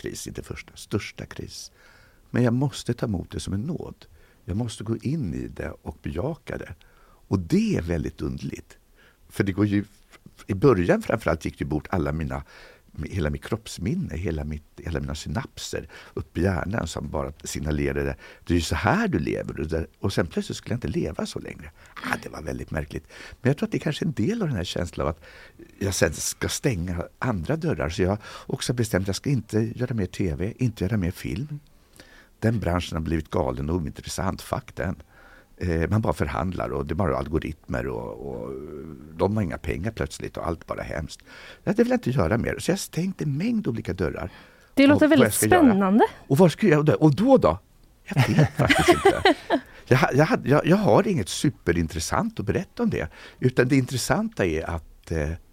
kris. Men jag måste ta emot det som en nåd. Jag måste gå in i det och bejaka det. Och det är väldigt underligt. För det går ju, i början framförallt gick det bort hela mitt kroppsminne, hela mina synapser upp i hjärnan som bara signalerade det är ju så här du lever. Och sen plötsligt skulle jag inte leva så längre. Det var väldigt märkligt. Men jag tror att det är kanske en del av den här känslan av att jag sen ska stänga andra dörrar. Så jag har också bestämt att jag ska inte göra mer tv, inte göra mer film. Den branschen har blivit galen och ointressant, fakten. Man bara förhandlar och det är bara algoritmer och de har inga pengar plötsligt och allt bara hemskt. Det vill jag inte göra mer. Så jag stängde en mängd olika dörrar. Det låter väldigt spännande. Och vad skulle jag göra? Och då? Jag vet faktiskt inte. Jag har inget superintressant att berätta om det. Utan det intressanta är att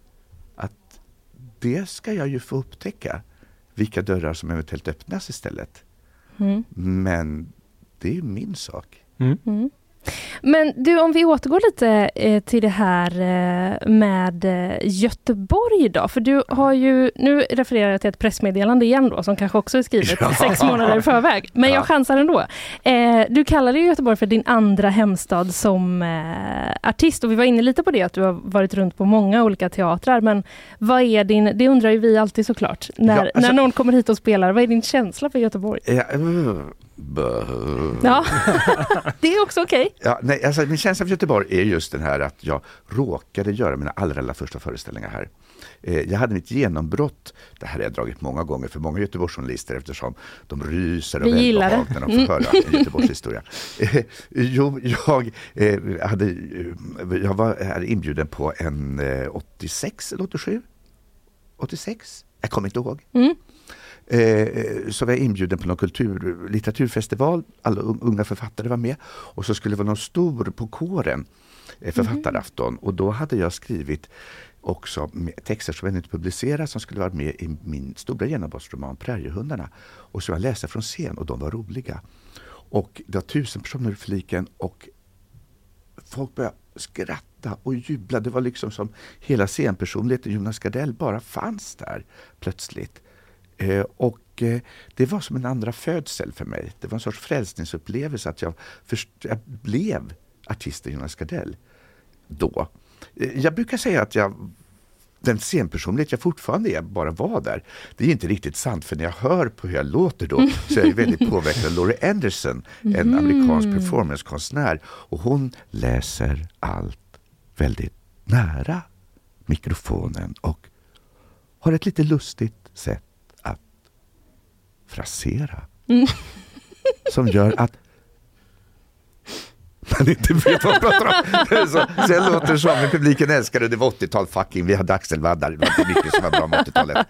det ska jag ju få upptäcka. Vilka dörrar som eventuellt öppnas istället. Men det är ju min sak. Men du, om vi återgår lite till det här med Göteborg då. För du har ju, nu refererar jag till ett pressmeddelande igen då, som kanske också är skrivet 6 månader i förväg. Men jag chansar ändå. Du kallade ju Göteborg för din andra hemstad som artist. Och vi var inne lite på det, att du har varit runt på många olika teatrar. Men vad är det undrar ju vi alltid såklart. När någon kommer hit och spelar, vad är din känsla för Göteborg? Ja, det är också okej. Ja, nej, alltså, min känsla för Göteborg är just den här att jag råkade göra mina allra första föreställningar här. Jag hade mitt genombrott, det här har jag dragit många gånger för många Göteborgsjournalister eftersom de ryser och välbehag när de får höra en Göteborgshistoria. Jag var här inbjuden på en 86 eller 86? Jag kommer inte ihåg. Så var jag inbjuden på någon litteraturfestival. Alla unga författare var med. Och så skulle det vara någon stor på kåren författarafton. Och då hade jag skrivit också texter som jag inte publicerat som skulle vara med i min stora genombrottsroman Präriehundarna. Och så jag läste från scen och de var roliga. Och det var 1000 personer i fliken och folk började skratta och jubla. Det var liksom som hela scenpersonligheten Jonas Gardell bara fanns där plötsligt. Och det var som en andra födsel för mig. Det var en sorts frälsningsupplevelse att jag blev artisten Jonas Gardell då. Jag brukar säga att den scenpersonlighet jag fortfarande är bara var där. Det är inte riktigt sant, för när jag hör på hur jag låter då så är jag väldigt påverkad av Laurie Anderson, en amerikansk performancekonstnär, och hon läser allt väldigt nära mikrofonen och har ett lite lustigt sätt att frasera som gör att man inte vet vad man pratar om. Så jag låter som en publiken älskade. Det var 80-tal fucking. Vi hade axelvaddar. Det var inte mycket som var bra med 80-talet.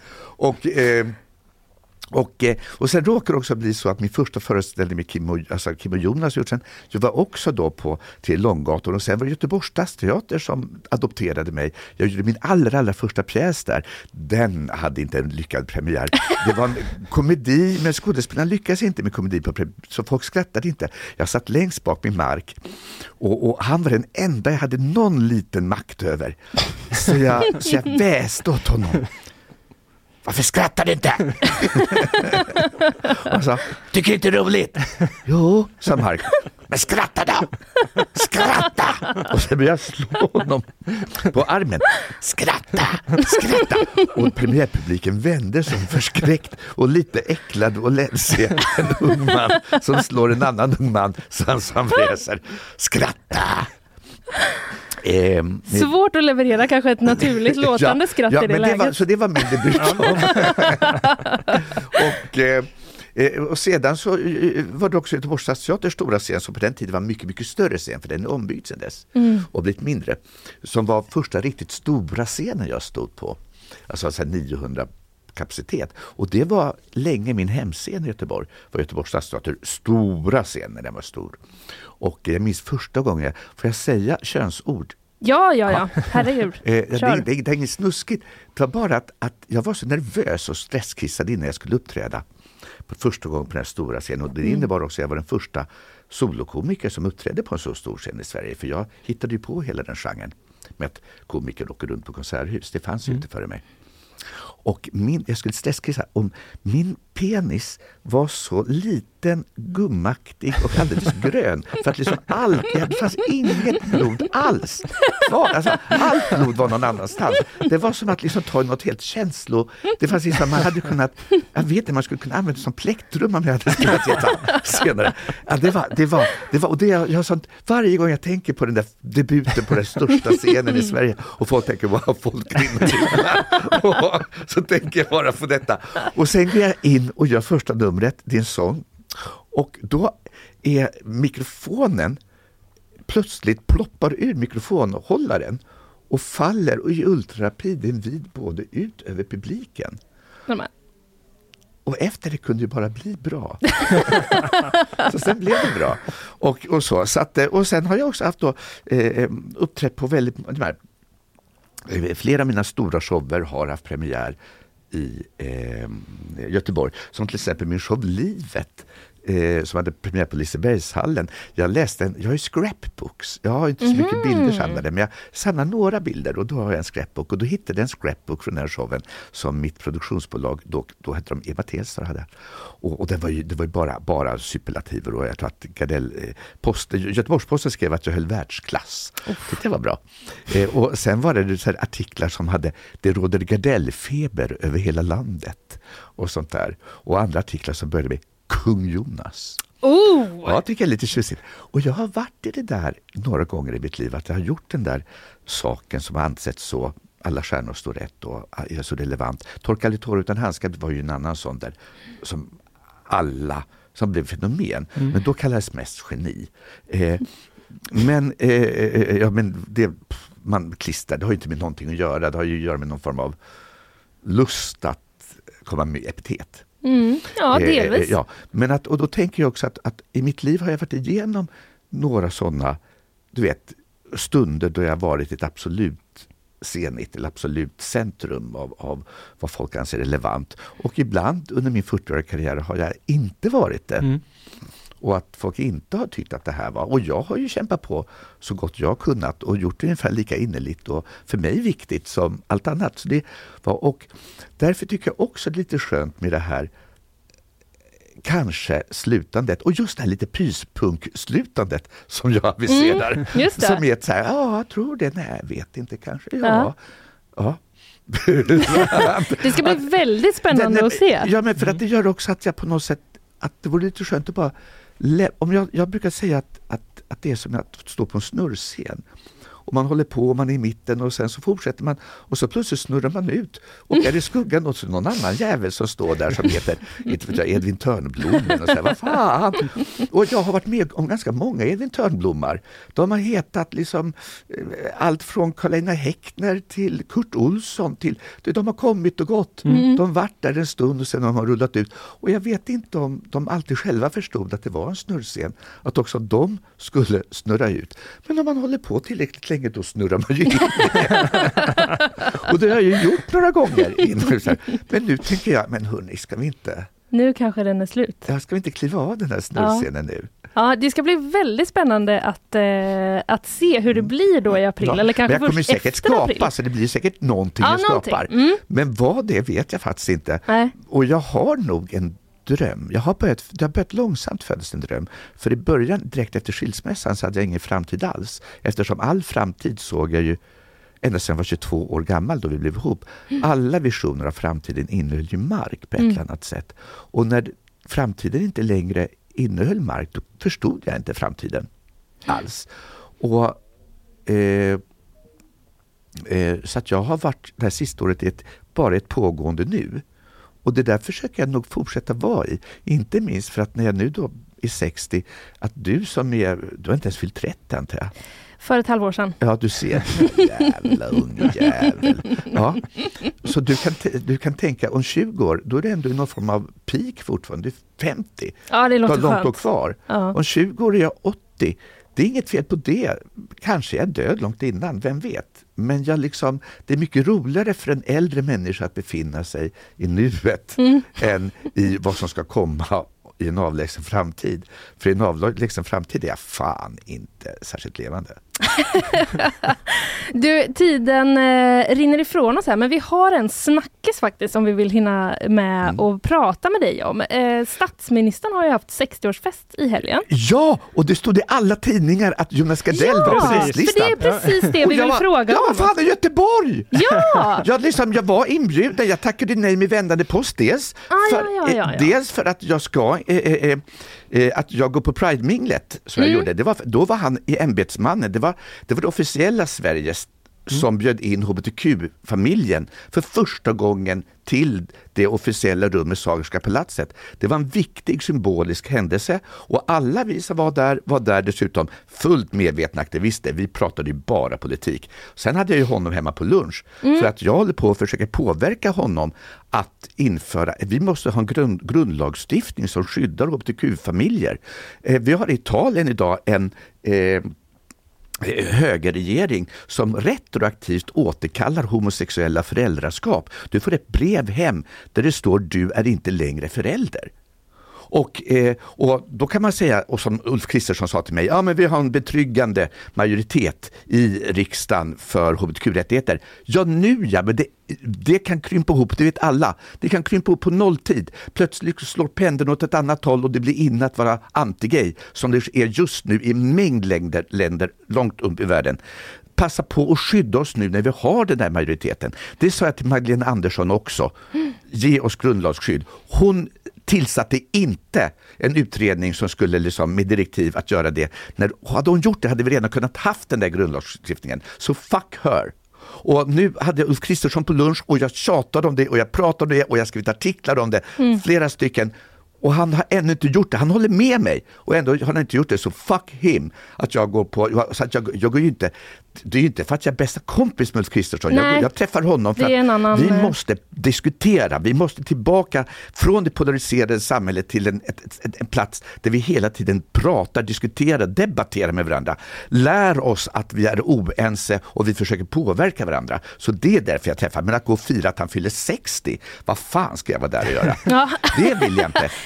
Och sen råkar det också bli så att min första föreställning med Kim och Jonas gjort sen, jag var också då till Långgatan, och sen var det Göteborgs stadsteater som adopterade mig. Jag gjorde min allra första pjäs där. Den hade inte en lyckad premiär. Det var en komedi, men skådespelarna lyckades inte med komedi så folk skrattade inte. Jag satt längst bak min mark och han var den enda jag hade någon liten makt över. Så jag väste åt honom. Varför skrattar du inte? Och sa, tycker inte det är roligt? Jo, sa Mark. Men skratta då! Skratta! Och så började jag slå honom på armen. Skratta! Och premiärpubliken vände som förskräckt och lite äcklad och länsig. En ung man som slår en annan ung man så han reser. Skratta! Svårt att leverera kanske ett naturligt låtande skratt i det läget. Så det var min debut. Och sedan så var det också Göteborgs stadsteaters stora scen, som på den tiden var mycket, mycket större scen, för den är ombyggd sedan dess och blivit mindre. Som var första riktigt stora scenen jag stod på. Alltså 900 kapacitet. Och det var länge min hemscen i Göteborg. Var Göteborgs stadsteater stora scen när den var stor. Och jag minns första gången, får jag säga könsord? Ja. Herregud. Det är inget snuskigt. Det var bara att jag var så nervös och stresskissad innan jag skulle uppträda. På första gången på den här stora scenen. Och det innebar också att jag var den första solokomiker som uppträdde på en så stor scen i Sverige. För jag hittade ju på hela den genren med att komiker åker runt på konserthus. Det fanns ju inte före mig. Och jag skulle stresskissa om min penis var så liten, gummaktig och alldeles grön. För att liksom det fanns inget blod alls. Allt blod var någon annanstans. Det var som att liksom ta något helt det fanns liksom, man hade kunnat, jag vet inte, man skulle kunna använda som plektrum om jag hade spelat senare. Ja, det var och det jag har sånt, varje gång jag tänker på den där debuten på den största scenen i Sverige och folk tänker, wow, folk kvinnor. Så tänker jag bara på detta. Och sen går jag in och gör första numret, det är en sång. Och då är mikrofonen plötsligt ploppar ur mikrofonhållaren och faller och i ultrarapid en vid både ut över publiken. Och efter det kunde ju bara bli bra. Så sen blev det bra. Och så att, och sen har jag också haft då uppträtt på väldigt flera av mina stora shower har haft premiär i Göteborg. Som till exempel min show Livet som hade premiär på Lisebergshallen. Jag har ju scrapbooks. Jag har inte så mycket bilder samlade, men jag samlar några bilder och då har jag en scrapbook. Och då hittade jag en scrapbook från den här showen som mitt produktionsbolag, då hette de Eva Telstar hade. Och det var ju bara superlativer, och jag tror att Göteborgs-Posten skrev att jag höll världsklass. Det var bra. Och sen var det så här artiklar som hade, det råder Gardellfeber över hela landet och sånt där. Och andra artiklar som började med Kung Jonas. Ja, tycker jag är lite tjusigt. Och jag har varit i det där några gånger i mitt liv, att jag har gjort den där saken som har ansett så, alla stjärnor står rätt och är så relevant. Torka lite hår utan handskar var ju en annan sån där som alla, som blev fenomen. Men då kallades mest geni. Men det man klistrar, det har ju inte med någonting att göra. Det har ju att göra med någon form av lust att komma med epitet. Ja, delvis. Men och då tänker jag också att i mitt liv har jag varit igenom några sådana, du vet, stunder då jag varit ett absolut scenigt eller absolut centrum av vad folk anser relevant. Och ibland under min 40-åriga karriär har jag inte varit det. Och att folk inte har tyckt att det här var. Och jag har ju kämpat på så gott jag kunnat och gjort det ungefär lika innerligt och för mig viktigt som allt annat. Så det var, och därför tycker jag också det är lite skönt med det här kanske slutandet. Och just det här lite pyspunk-slutandet som jag aviserar. Just det. Som är ett så här, jag tror det, nej, jag vet inte kanske. Ja. Det ska bli väldigt spännande att se. Ja, men för att det gör också att jag på något sätt, att det vore lite skönt att bara om jag brukar säga att det är som att stå på en snurrscen. Och man håller på och man är i mitten och sen så fortsätter man och så plötsligt snurrar man ut och är i skuggan och så någon annan jävel som står där som heter Edvin Törnblom och så här, vad fan? Och jag har varit med om ganska många Edvin Törnblommar. De har hetat liksom allt från Karl-Einar Häckner till Kurt Olsson till, de har kommit och gått. De har varit där en stund och sen har de rullat ut. Och jag vet inte om de alltid själva förstod att det var en snurrscen, att också de skulle snurra ut. Men om man håller på tillräckligt länge, då snurrar man ju in. Och det har jag ju gjort några gånger. Men nu tänker jag, men hörni, ska vi inte... Nu kanske den är slut. Ja, ska vi inte kliva av den här snurrscenen nu? Ja, det ska bli väldigt spännande att se hur det blir då i april. Eller kanske men jag kommer säkert skapa, april. Så det blir säkert någonting jag skapar. Men vad det vet jag faktiskt inte. Nej. Och jag har nog en dröm. Jag har börjat långsamt födas en dröm. För i början, direkt efter skilsmässan, så hade jag ingen framtid alls. Eftersom all framtid såg jag ju ända sedan jag var 22 år gammal då vi blev ihop. Alla visioner av framtiden innehöll ju mark på ett eller annat sätt. Och när framtiden inte längre innehöll mark, då förstod jag inte framtiden alls. Och så att jag har varit det här sista året bara ett pågående nu. Och det där försöker jag nog fortsätta vara i. Inte minst för att när jag nu då är 60, att du har inte ens fyllt 30, antar jag. För ett halvår sedan. Ja, du ser. Jävla unge jävel. Ja. Så du kan tänka, om 20 år, då är det ändå någon form av peak fortfarande. Du är 50. Ja, det låter skönt. Långt kvar. Ja. Om 20 år är jag 80. Det är inget fel på det. Kanske är jag död långt innan, vem vet. Men det är mycket roligare för en äldre människa att befinna sig i nuet än i vad som ska komma i en avlägsen framtid. För i en avlägsen framtid är jag fan inte särskilt levande. Du, tiden rinner ifrån oss här, men vi har en snackis faktiskt som vi vill hinna med och prata med dig om. Statsministern har ju haft 60-årsfest i helgen. Ja, och det stod i alla tidningar att Jonas Gardell var på röstlistan. För det är precis det vi vill fråga om. Ja, vad fan, i Göteborg! Ja! Jag var inbjuden, jag tackade nej med vändande post dels. Dels för att jag ska att jag går på Pride-minglet som jag gjorde. Då var han i ämbetsmannen. Det var det officiella Sveriges som bjöd in hbtq-familjen för första gången till det officiella rummet Sagerska palatset. Det var en viktig symbolisk händelse och alla vi som var där dessutom fullt medvetna aktivister. Vi pratade ju bara politik. Sen hade jag ju honom hemma på lunch för att jag håller på att försöka påverka honom att vi måste ha en grundlagstiftning som skyddar hbtq-familjer. Vi har i Italien idag en högerregering som retroaktivt återkallar homosexuella föräldraskap. Du får ett brev hem där det står du är inte längre förälder. Och då kan man säga, och som Ulf Kristersson sa till mig, ja men vi har en betryggande majoritet i riksdagen för hbtq-rättigheter. Ja nu ja, men det kan krympa ihop, det vet alla. Det kan krympa ihop på nolltid. Plötsligt slår pendeln åt ett annat håll och det blir inne att vara anti-gay som det är just nu i mängd länder långt upp i världen. Passa på att skydda oss nu när vi har den där majoriteten. Det sa jag till Magdalena Andersson också. Ge oss grundlagsskydd. Hon tillsatte inte en utredning som skulle med direktiv att göra det. Hade hon gjort det hade vi redan kunnat haft den där grundlagstiftningen. Så fuck her. Och nu hade jag Ulf Kristersson på lunch och jag tjatade om det och jag pratade om det och jag skrivit artiklar om det. Flera stycken. Och han har ännu inte gjort det. Han håller med mig. Och ändå har han inte gjort det. Så fuck him. Att jag går på... Så att jag går ju inte... Det är ju inte för att jag är bästa kompis med Ulf Kristersson. Jag träffar honom för att vi måste diskutera. Vi måste tillbaka från det polariserade samhället till en plats där vi hela tiden pratar, diskuterar, debatterar med varandra. Lär oss att vi är oense och vi försöker påverka varandra. Så det är därför jag träffar. Men att gå och fira att han fyller 60, vad fan ska jag vara där och göra? Det vill jag inte.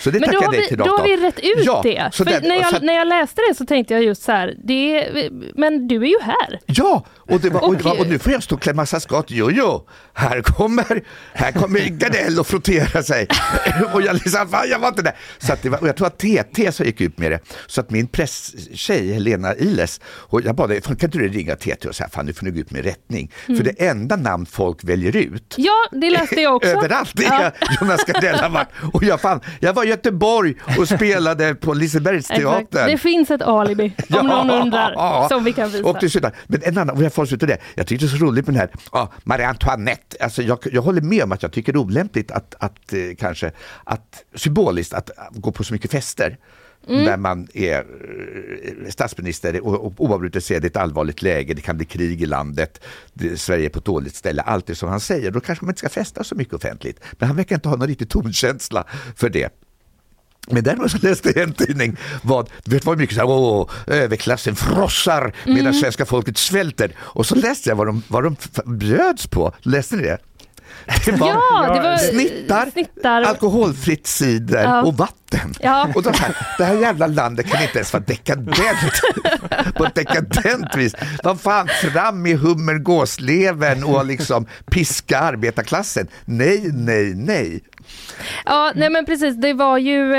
Så det men tackar jag dig till då har vi rätt ut det. För när jag läste det så tänkte jag just så här, men du är ju här. Ja, och nu får jag stå och klämma skott. Jo, här kommer Gardell och frottera sig. Och jag liksom, fan, jag var inte där. Så att och jag tror att TT så gick ut med det. Så att min presstjej, Helena Iles, och jag bad, kan inte du ringa TT och säga, fan nu får du gå ut med rättning. För det enda namn folk väljer ut. Ja, det läste jag också. Överallt, det är Jonas Gardell. Och jag var i Göteborg och spelade på Lisebergsteatern. Det finns ett alibi, om någon undrar, som vi kan visa. Och men en annan, och jag får ut det. Jag tyckte det är så roligt med den här Marie Antoinette. Alltså jag håller med om att jag tycker det är olämpligt att symboliskt att gå på så mycket fester. När man är statsminister och oavbrutet ser det ett allvarligt läge, det kan bli krig i landet, Sverige är på ett dåligt ställe, allt det som han säger, då kanske man inte ska festa så mycket offentligt. Men han verkar inte ha någon riktig tonkänsla för det. Men däremot så läste jag en tidning det var mycket så här, överklassen frossar medan svenska folket svälter. Och så läste jag vad de bjöds på. Läste ni det? Det var snittar, alkoholfritt cider och vatten. Ja. Och det här jävla landet kan inte ens vara dekadent på ett dekadent vis. Vad fan, fram i hummergåslevern och liksom piska arbetarklassen. Nej. Ja, nej men precis, det var ju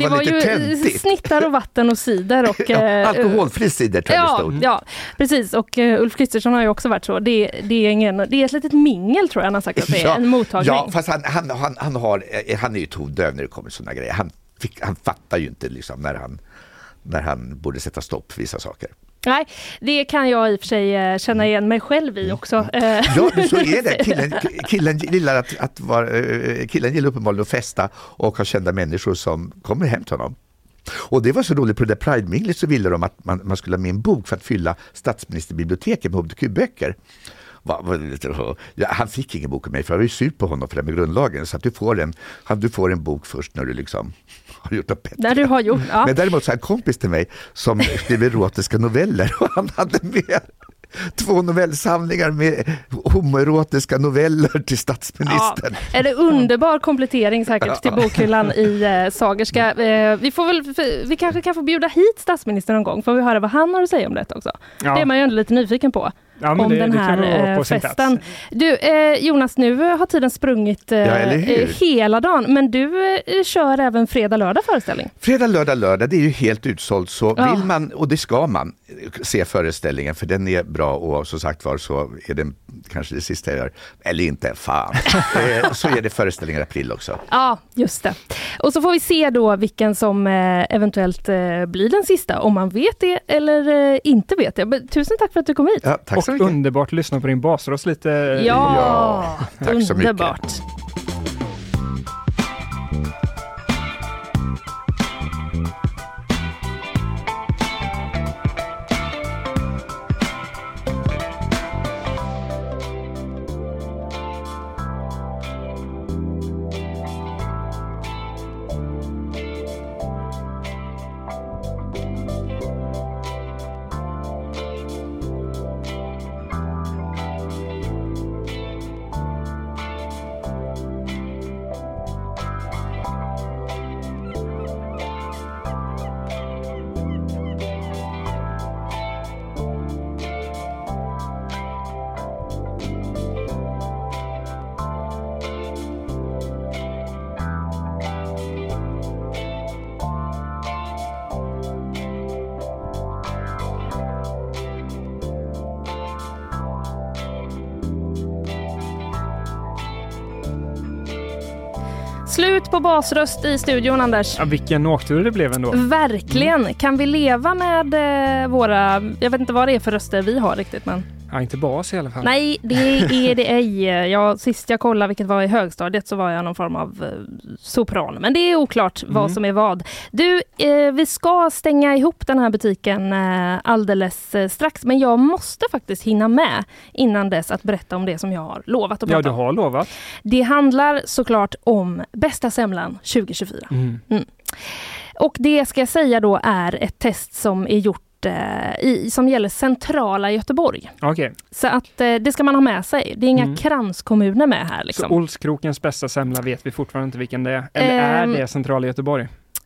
snittar och vatten och cider och alkoholfri cider tror jag det stod. Ja, precis, och Ulf Kristersson har ju också varit så. Det är ett litet mingel tror jag han har sagt att det är en mottagning. Ja, fast han är ju tondöv när det kommer såna grejer. Han fattar ju inte liksom när han borde sätta stopp för vissa saker. Nej, det kan jag i och för sig känna igen mig själv i också. Ja, så är det. Killen gillar uppenbarligen att festa och har kända människor som kommer hem till honom. Och det var så roligt, på det Pride-minglet så ville de att man skulle ha med en bok för att fylla statsministerbiblioteket med hbtq-böcker. Han fick ingen bok av mig för jag var ju sur på honom för det med grundlagen, så att du får en bok först när du liksom har gjort något bättre. Där du har gjort, ja. Men däremot så en kompis till mig som skriver erotiska noveller och han hade med 2 novellsamlingar med homoerotiska noveller till statsministern. Ja, är det underbar komplettering säkert till bokhyllan i Sagerska. Vi kanske kan få bjuda hit statsministern någon gång, för vi höra vad han har att säga om det också. Ja. Det är man ju ändå lite nyfiken på. Ja, om den här festen. Du, Jonas, nu har tiden sprungit hela dagen, men du kör även fredag, lördag föreställning. Fredag, lördag, det är ju helt utsålt, så vill man, och det ska man, se föreställningen, för den är bra, och så sagt var så är den kanske det sista jag gör, eller inte, fan. Så är det föreställningar i april också. Ja, just det. Och så får vi se då vilken som eventuellt blir den sista, om man vet det eller inte vet det. Men, tusen tack för att du kom hit. Ja, tack så mycket. Underbart att lyssna på din basröst lite. Ja, tack så mycket. Underbart. Slut på basröst i studion, Anders. Ja, vilken åktur det blev ändå. Verkligen. Kan vi leva med våra... Jag vet inte vad det är för röster vi har riktigt, men... Ja, inte bas i alla fall. Nej, det är det ej. Sist jag kollade vilket var i högstadiet så var jag någon form av sopran. Men det är oklart vad som är vad. Du, vi ska stänga ihop den här butiken alldeles strax. Men jag måste faktiskt hinna med innan dess att berätta om det som jag har lovat att prata om. Ja, du har lovat. Det handlar såklart om Bästa semlan 2024. Och det ska jag säga då är ett test som är gjort som gäller centrala Göteborg. Okay. Så att det ska man ha med sig. Det är inga kranskommuner med här. Liksom. Så Olskrokens bästa semla vet vi fortfarande inte vilken det är? Eller är det centrala Göteborg?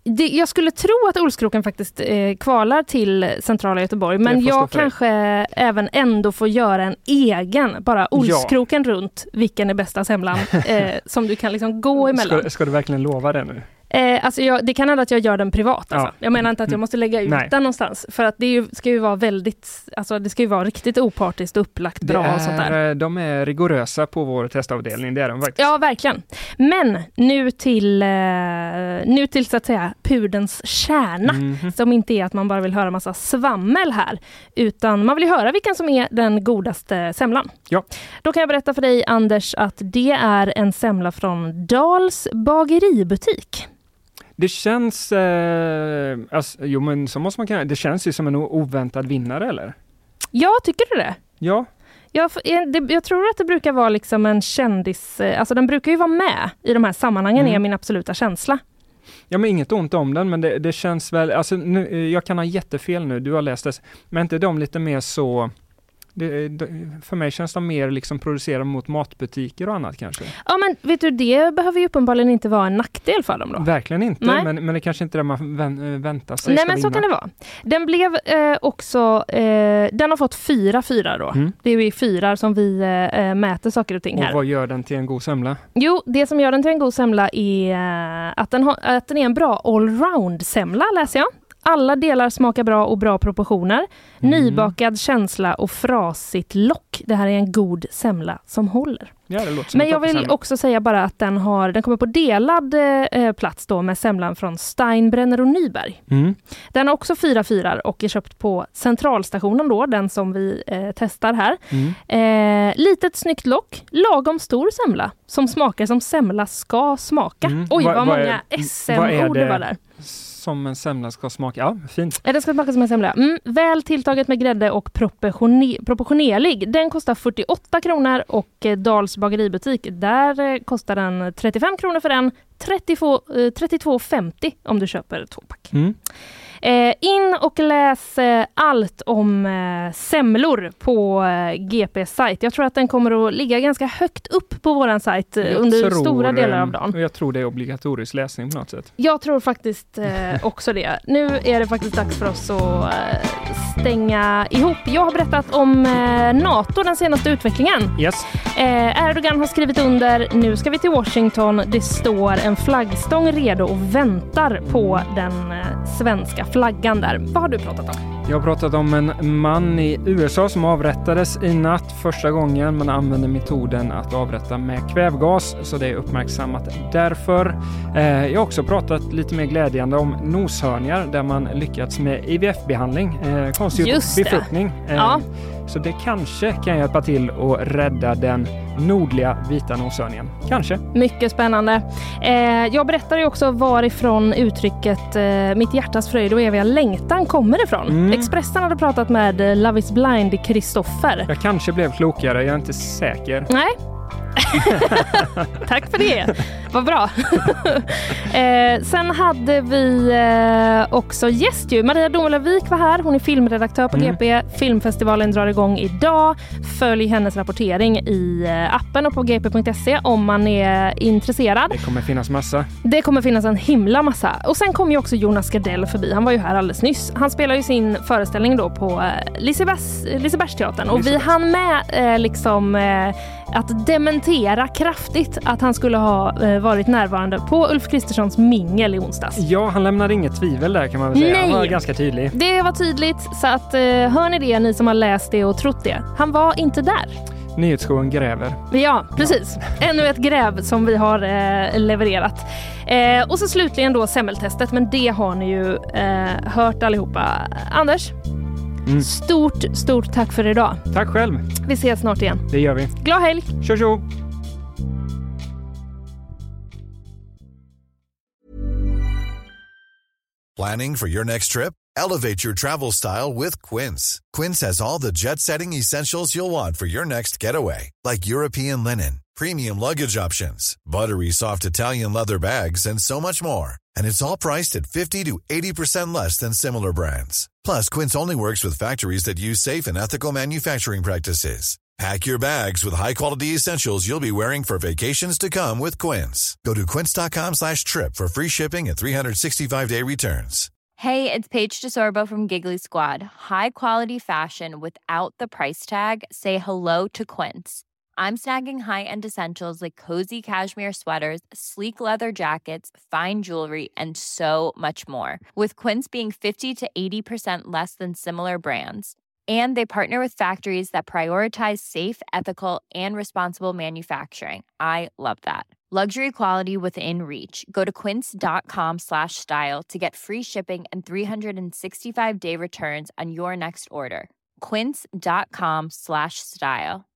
Jag skulle tro att Olskroken faktiskt kvalar till centrala Göteborg, men jag kanske även ändå får göra en egen, bara Olskroken runt vilken är bästa semlan som du kan liksom gå emellan. Ska du verkligen lova det nu? Alltså det kan hända att jag gör den privat. Alltså. Jag menar inte att jag måste lägga ut den någonstans. För att ska ju vara väldigt, alltså det ska ju vara riktigt opartiskt upplagt bra och sånt där. De är rigorösa på vår testavdelning, det är de faktiskt. Ja, verkligen. Men nu till så att säga pudelns kärna. Som inte är att man bara vill höra massa svammel här. Utan man vill ju höra vilken som är den godaste semlan. Ja. Då kan jag berätta för dig, Anders, att det är en semla från Dals bageributik. Det känns, men så måste man kunna, det känns ju som en oväntad vinnare, eller? Ja, tycker du det? Ja. Jag tror att det brukar vara liksom en kändis, alltså den brukar ju vara med i de här sammanhangen, är min absoluta känsla. Ja, men inget ont om den, men det känns väl, alltså nu, jag kan ha jättefel nu, du har läst det, men inte de lite mer så... för mig känns de mer liksom producerade mot matbutiker och annat kanske. Ja, men vet du, det behöver ju uppenbarligen inte vara en nackdel för dem då. Verkligen inte, men det kanske inte är det man väntar sig. Nej, men så kan det vara. Den blev också, den har fått 4 då. Det är ju 4 som vi mäter saker och ting här. Och vad gör den till en god semla? Jo, det som gör den till en god semla är att den är en bra allround-semla, läser jag. Alla delar smakar bra och bra proportioner. Nybakad känsla och frasigt lock. Det här är en god semla som håller. Ja, det låter som. Men jag vill också säga bara att den kommer på delad plats då med semlan från Steinbrenner och Nyberg. Den har också 4 och är köpt på centralstationen då, den som vi testar här. Litet snyggt lock, lagom stor semla som smakar som semla ska smaka. Oj, vad många SM-ord det var där. Som en semla ska smaka. Ja, fint. Det ska smaka som en semla. Väl tilltaget med grädde och proportionerlig. Den kostar 48 kronor och Dals bageributik, där kostar den 35 kronor för den. 32,50 om du köper 2-pack. In och läs allt om semlor på GPs sajt. Jag tror att den kommer att ligga ganska högt upp på våran sajt under stora delar av dagen. Jag tror det är obligatorisk läsning på något sätt. Jag tror faktiskt också det. Nu är det faktiskt dags för oss att stänga ihop. Jag har berättat om NATO, den senaste utvecklingen. Yes. Erdogan har skrivit under. Nu ska vi till Washington. Det står en flaggstång redo och väntar på den svenska flaggan där. Vad har du pratat om? Jag har pratat om en man i USA som avrättades i natt första gången. Man använder metoden att avrätta med kvävgas, så det är uppmärksammat därför. Jag har också pratat lite mer glädjande om noshörningar där man lyckats med IVF-behandling, konstgjord befruktning. Ja. Så det kanske kan hjälpa till att rädda den nordliga vita noshörningen. Kanske. Mycket spännande. Jag berättar ju också varifrån uttrycket mitt hjärtas fröjd och eviga längtan kommer ifrån. Expressen hade pratat med Love is Blind Kristoffer. Jag kanske blev klokare, jag är inte säker. Nej. Tack för det. Vad bra. Sen hade vi också gäst ju. Maria Domelövik var här. Hon är filmredaktör på GP. Filmfestivalen drar igång idag. Följ hennes rapportering i appen och på gp.se om man är intresserad. Det kommer finnas massa. Det kommer finnas en himla massa. Och sen kom ju också Jonas Gardell förbi. Han var ju här alldeles nyss. Han spelar ju sin föreställning då på Lisebergsteatern. Och vi hann med att dementera kraftigt att han skulle ha varit närvarande på Ulf Kristerssons mingel i onsdags. Ja, han lämnade inget tvivel där kan man väl säga. Nej, han var ganska tydlig. Det var tydligt, så att hör ni det, ni som har läst det och trott det. Han var inte där. Nyhetsshowen gräver. Ja, precis. Ja. Ännu ett gräv som vi har levererat. Och så slutligen då semmeltestet, men det har ni ju hört allihopa. Anders? Stort tack för idag. Tack själv. Vi ses snart igen. Det gör vi. Glad helg. Tjo. Planning for your next trip? Elevate your travel style with Quince. Quince has all the jet-setting essentials you'll want for your next getaway, like European linen, premium luggage options, buttery soft Italian leather bags, and so much more. And it's all priced at 50 to 80% less than similar brands. Plus, Quince only works with factories that use safe and ethical manufacturing practices. Pack your bags with high-quality essentials you'll be wearing for vacations to come with Quince. Go to quince.com/trip for free shipping and 365-day returns. Hey, it's Paige DeSorbo from Giggly Squad. High quality fashion without the price tag. Say hello to Quince. I'm snagging high-end essentials like cozy cashmere sweaters, sleek leather jackets, fine jewelry, and so much more. With Quince being 50 to 80% less than similar brands. And they partner with factories that prioritize safe, ethical, and responsible manufacturing. I love that. Luxury quality within reach. Go to quince.com/style to get free shipping and 365-day returns on your next order. Quince.com/style.